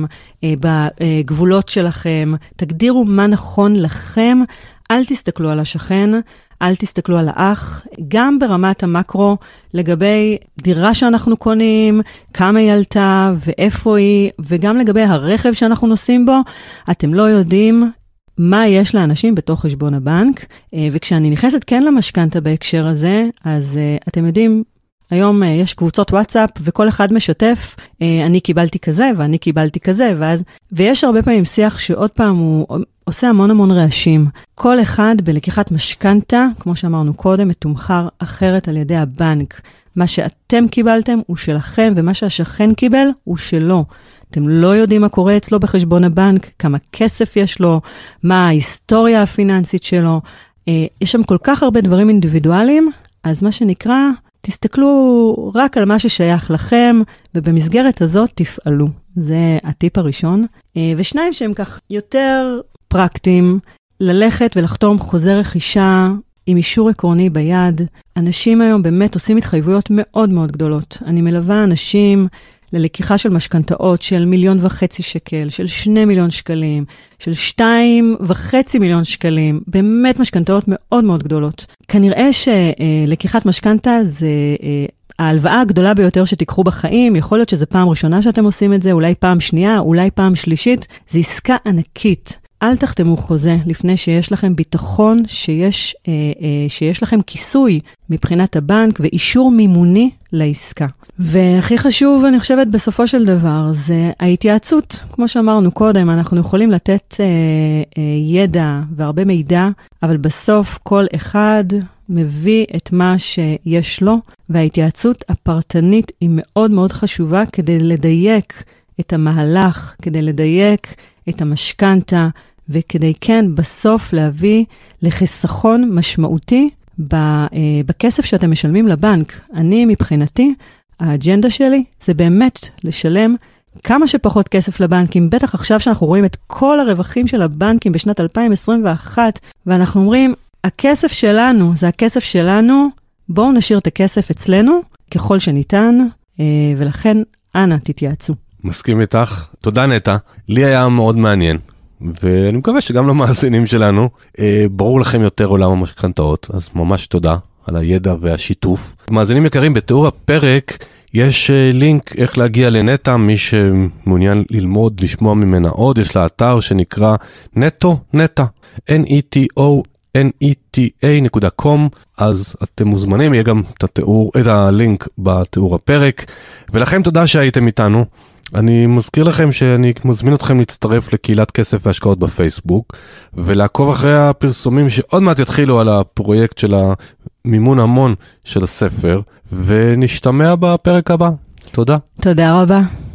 בגבולות שלכם. תגדירו מה נכון לכם. אל תסתכלו על השכן. אל תסתכלו על האח, גם ברמת המקרו, לגבי דירה שאנחנו קונים, כמה היא עלתה ואיפה היא, וגם לגבי הרכב שאנחנו נוסעים בו, אתם לא יודעים מה יש לאנשים בתוך חשבון הבנק, וכשאני נכנסת כן למשכנתה בהקשר הזה, אז אתם יודעים, היום יש קבוצות וואטסאפ, וכל אחד משתף, אני קיבלתי כזה, ואני קיבלתי כזה, ואז, ויש הרבה פעמים שיח שעוד פעם הוא עושה המון המון רעשים. כל אחד בלקיחת משכנתה, כמו שאמרנו קודם, מתומחר אחרת על ידי הבנק. מה שאתם קיבלתם הוא שלכם, ומה שהשכן קיבל הוא שלו. אתם לא יודעים מה קורה אצלו בחשבון הבנק, כמה כסף יש לו, מה ההיסטוריה הפיננסית שלו. יש שם כל כך הרבה דברים אינדיבידואליים, אז מה שנקרא, תסתכלו רק על מה ששייך לכם, ובמסגרת הזאת תפעלו. זה הטיפ הראשון. ושניים שהם כך יותר פרקטיים, ללכת ולחתום חוזה רכישה עם אישור עקרוני ביד. אנשים היום באמת עושים התחייבויות מאוד מאוד גדולות. אני מלווה אנשים ללקיחה של משכנתאות של מיליון וחצי שקל, של שני מיליון שקלים, של שתיים וחצי מיליון שקלים, באמת משכנתאות מאוד מאוד גדולות. כנראה שלקיחת משכנתה זה ההלוואה הגדולה ביותר שתיקחו בחיים, יכול להיות שזה פעם ראשונה שאתם עושים את זה, אולי פעם שנייה, אולי פעם שלישית, זה עסקה ענקית. אל תחתמו חוזה לפני שיש לכם ביטחון, שיש, אה, אה, שיש לכם כיסוי מבחינת הבנק ואישור מימוני לעסקה. והכי חשוב, אני חושבת, בסופו של דבר, זה ההתייעצות. כמו שאמרנו קודם, אנחנו יכולים לתת אה, אה, ידע והרבה מידע, אבל בסוף כל אחד מביא את מה שיש לו, וההתייעצות הפרטנית היא מאוד מאוד חשובה כדי לדייק את המהלך, כדי לדייק את המשכנתה, וכדי כן בסוף להביא לחיסכון משמעותי בכסף שאתם משלמים לבנק. אני מבחינתי, האג'נדה שלי זה באמת לשלם כמה שפחות כסף לבנקים, בטח עכשיו שאנחנו רואים את כל הרווחים של הבנקים בשנת אלפיים עשרים ואחת, ואנחנו אומרים, הכסף שלנו זה הכסף שלנו, בואו נשאיר את הכסף אצלנו ככל שניתן, ולכן אנא תתייעצו. מסכים איתך, תודה נטע, לי היה מאוד מעניין. ואני מקווה שגם למאזינים שלנו, אה, ברור לכם יותר עולם המשכנתאות, אז ממש תודה על הידע והשיתוף. מאזינים יקרים, בתיאור הפרק יש אה, לינק איך להגיע לנטע, מי שמעוניין ללמוד, לשמוע ממנה עוד, יש לה אתר שנקרא נטו נטע, N E T O N E T A נקודה קום, אז אתם מוזמנים, יהיה גם את, התיאור, את הלינק בתיאור הפרק, ולכם תודה שהייתם איתנו. אני מזכיר לכם שאני מזמין אתכם להצטרף לקהילת כסף והשקעות בפייסבוק, ולעקוב אחרי הפרסומים שעוד מעט יתחילו על הפרויקט של המימון המון של הספר, ונשתמע בפרק הבא. תודה. תודה רבה.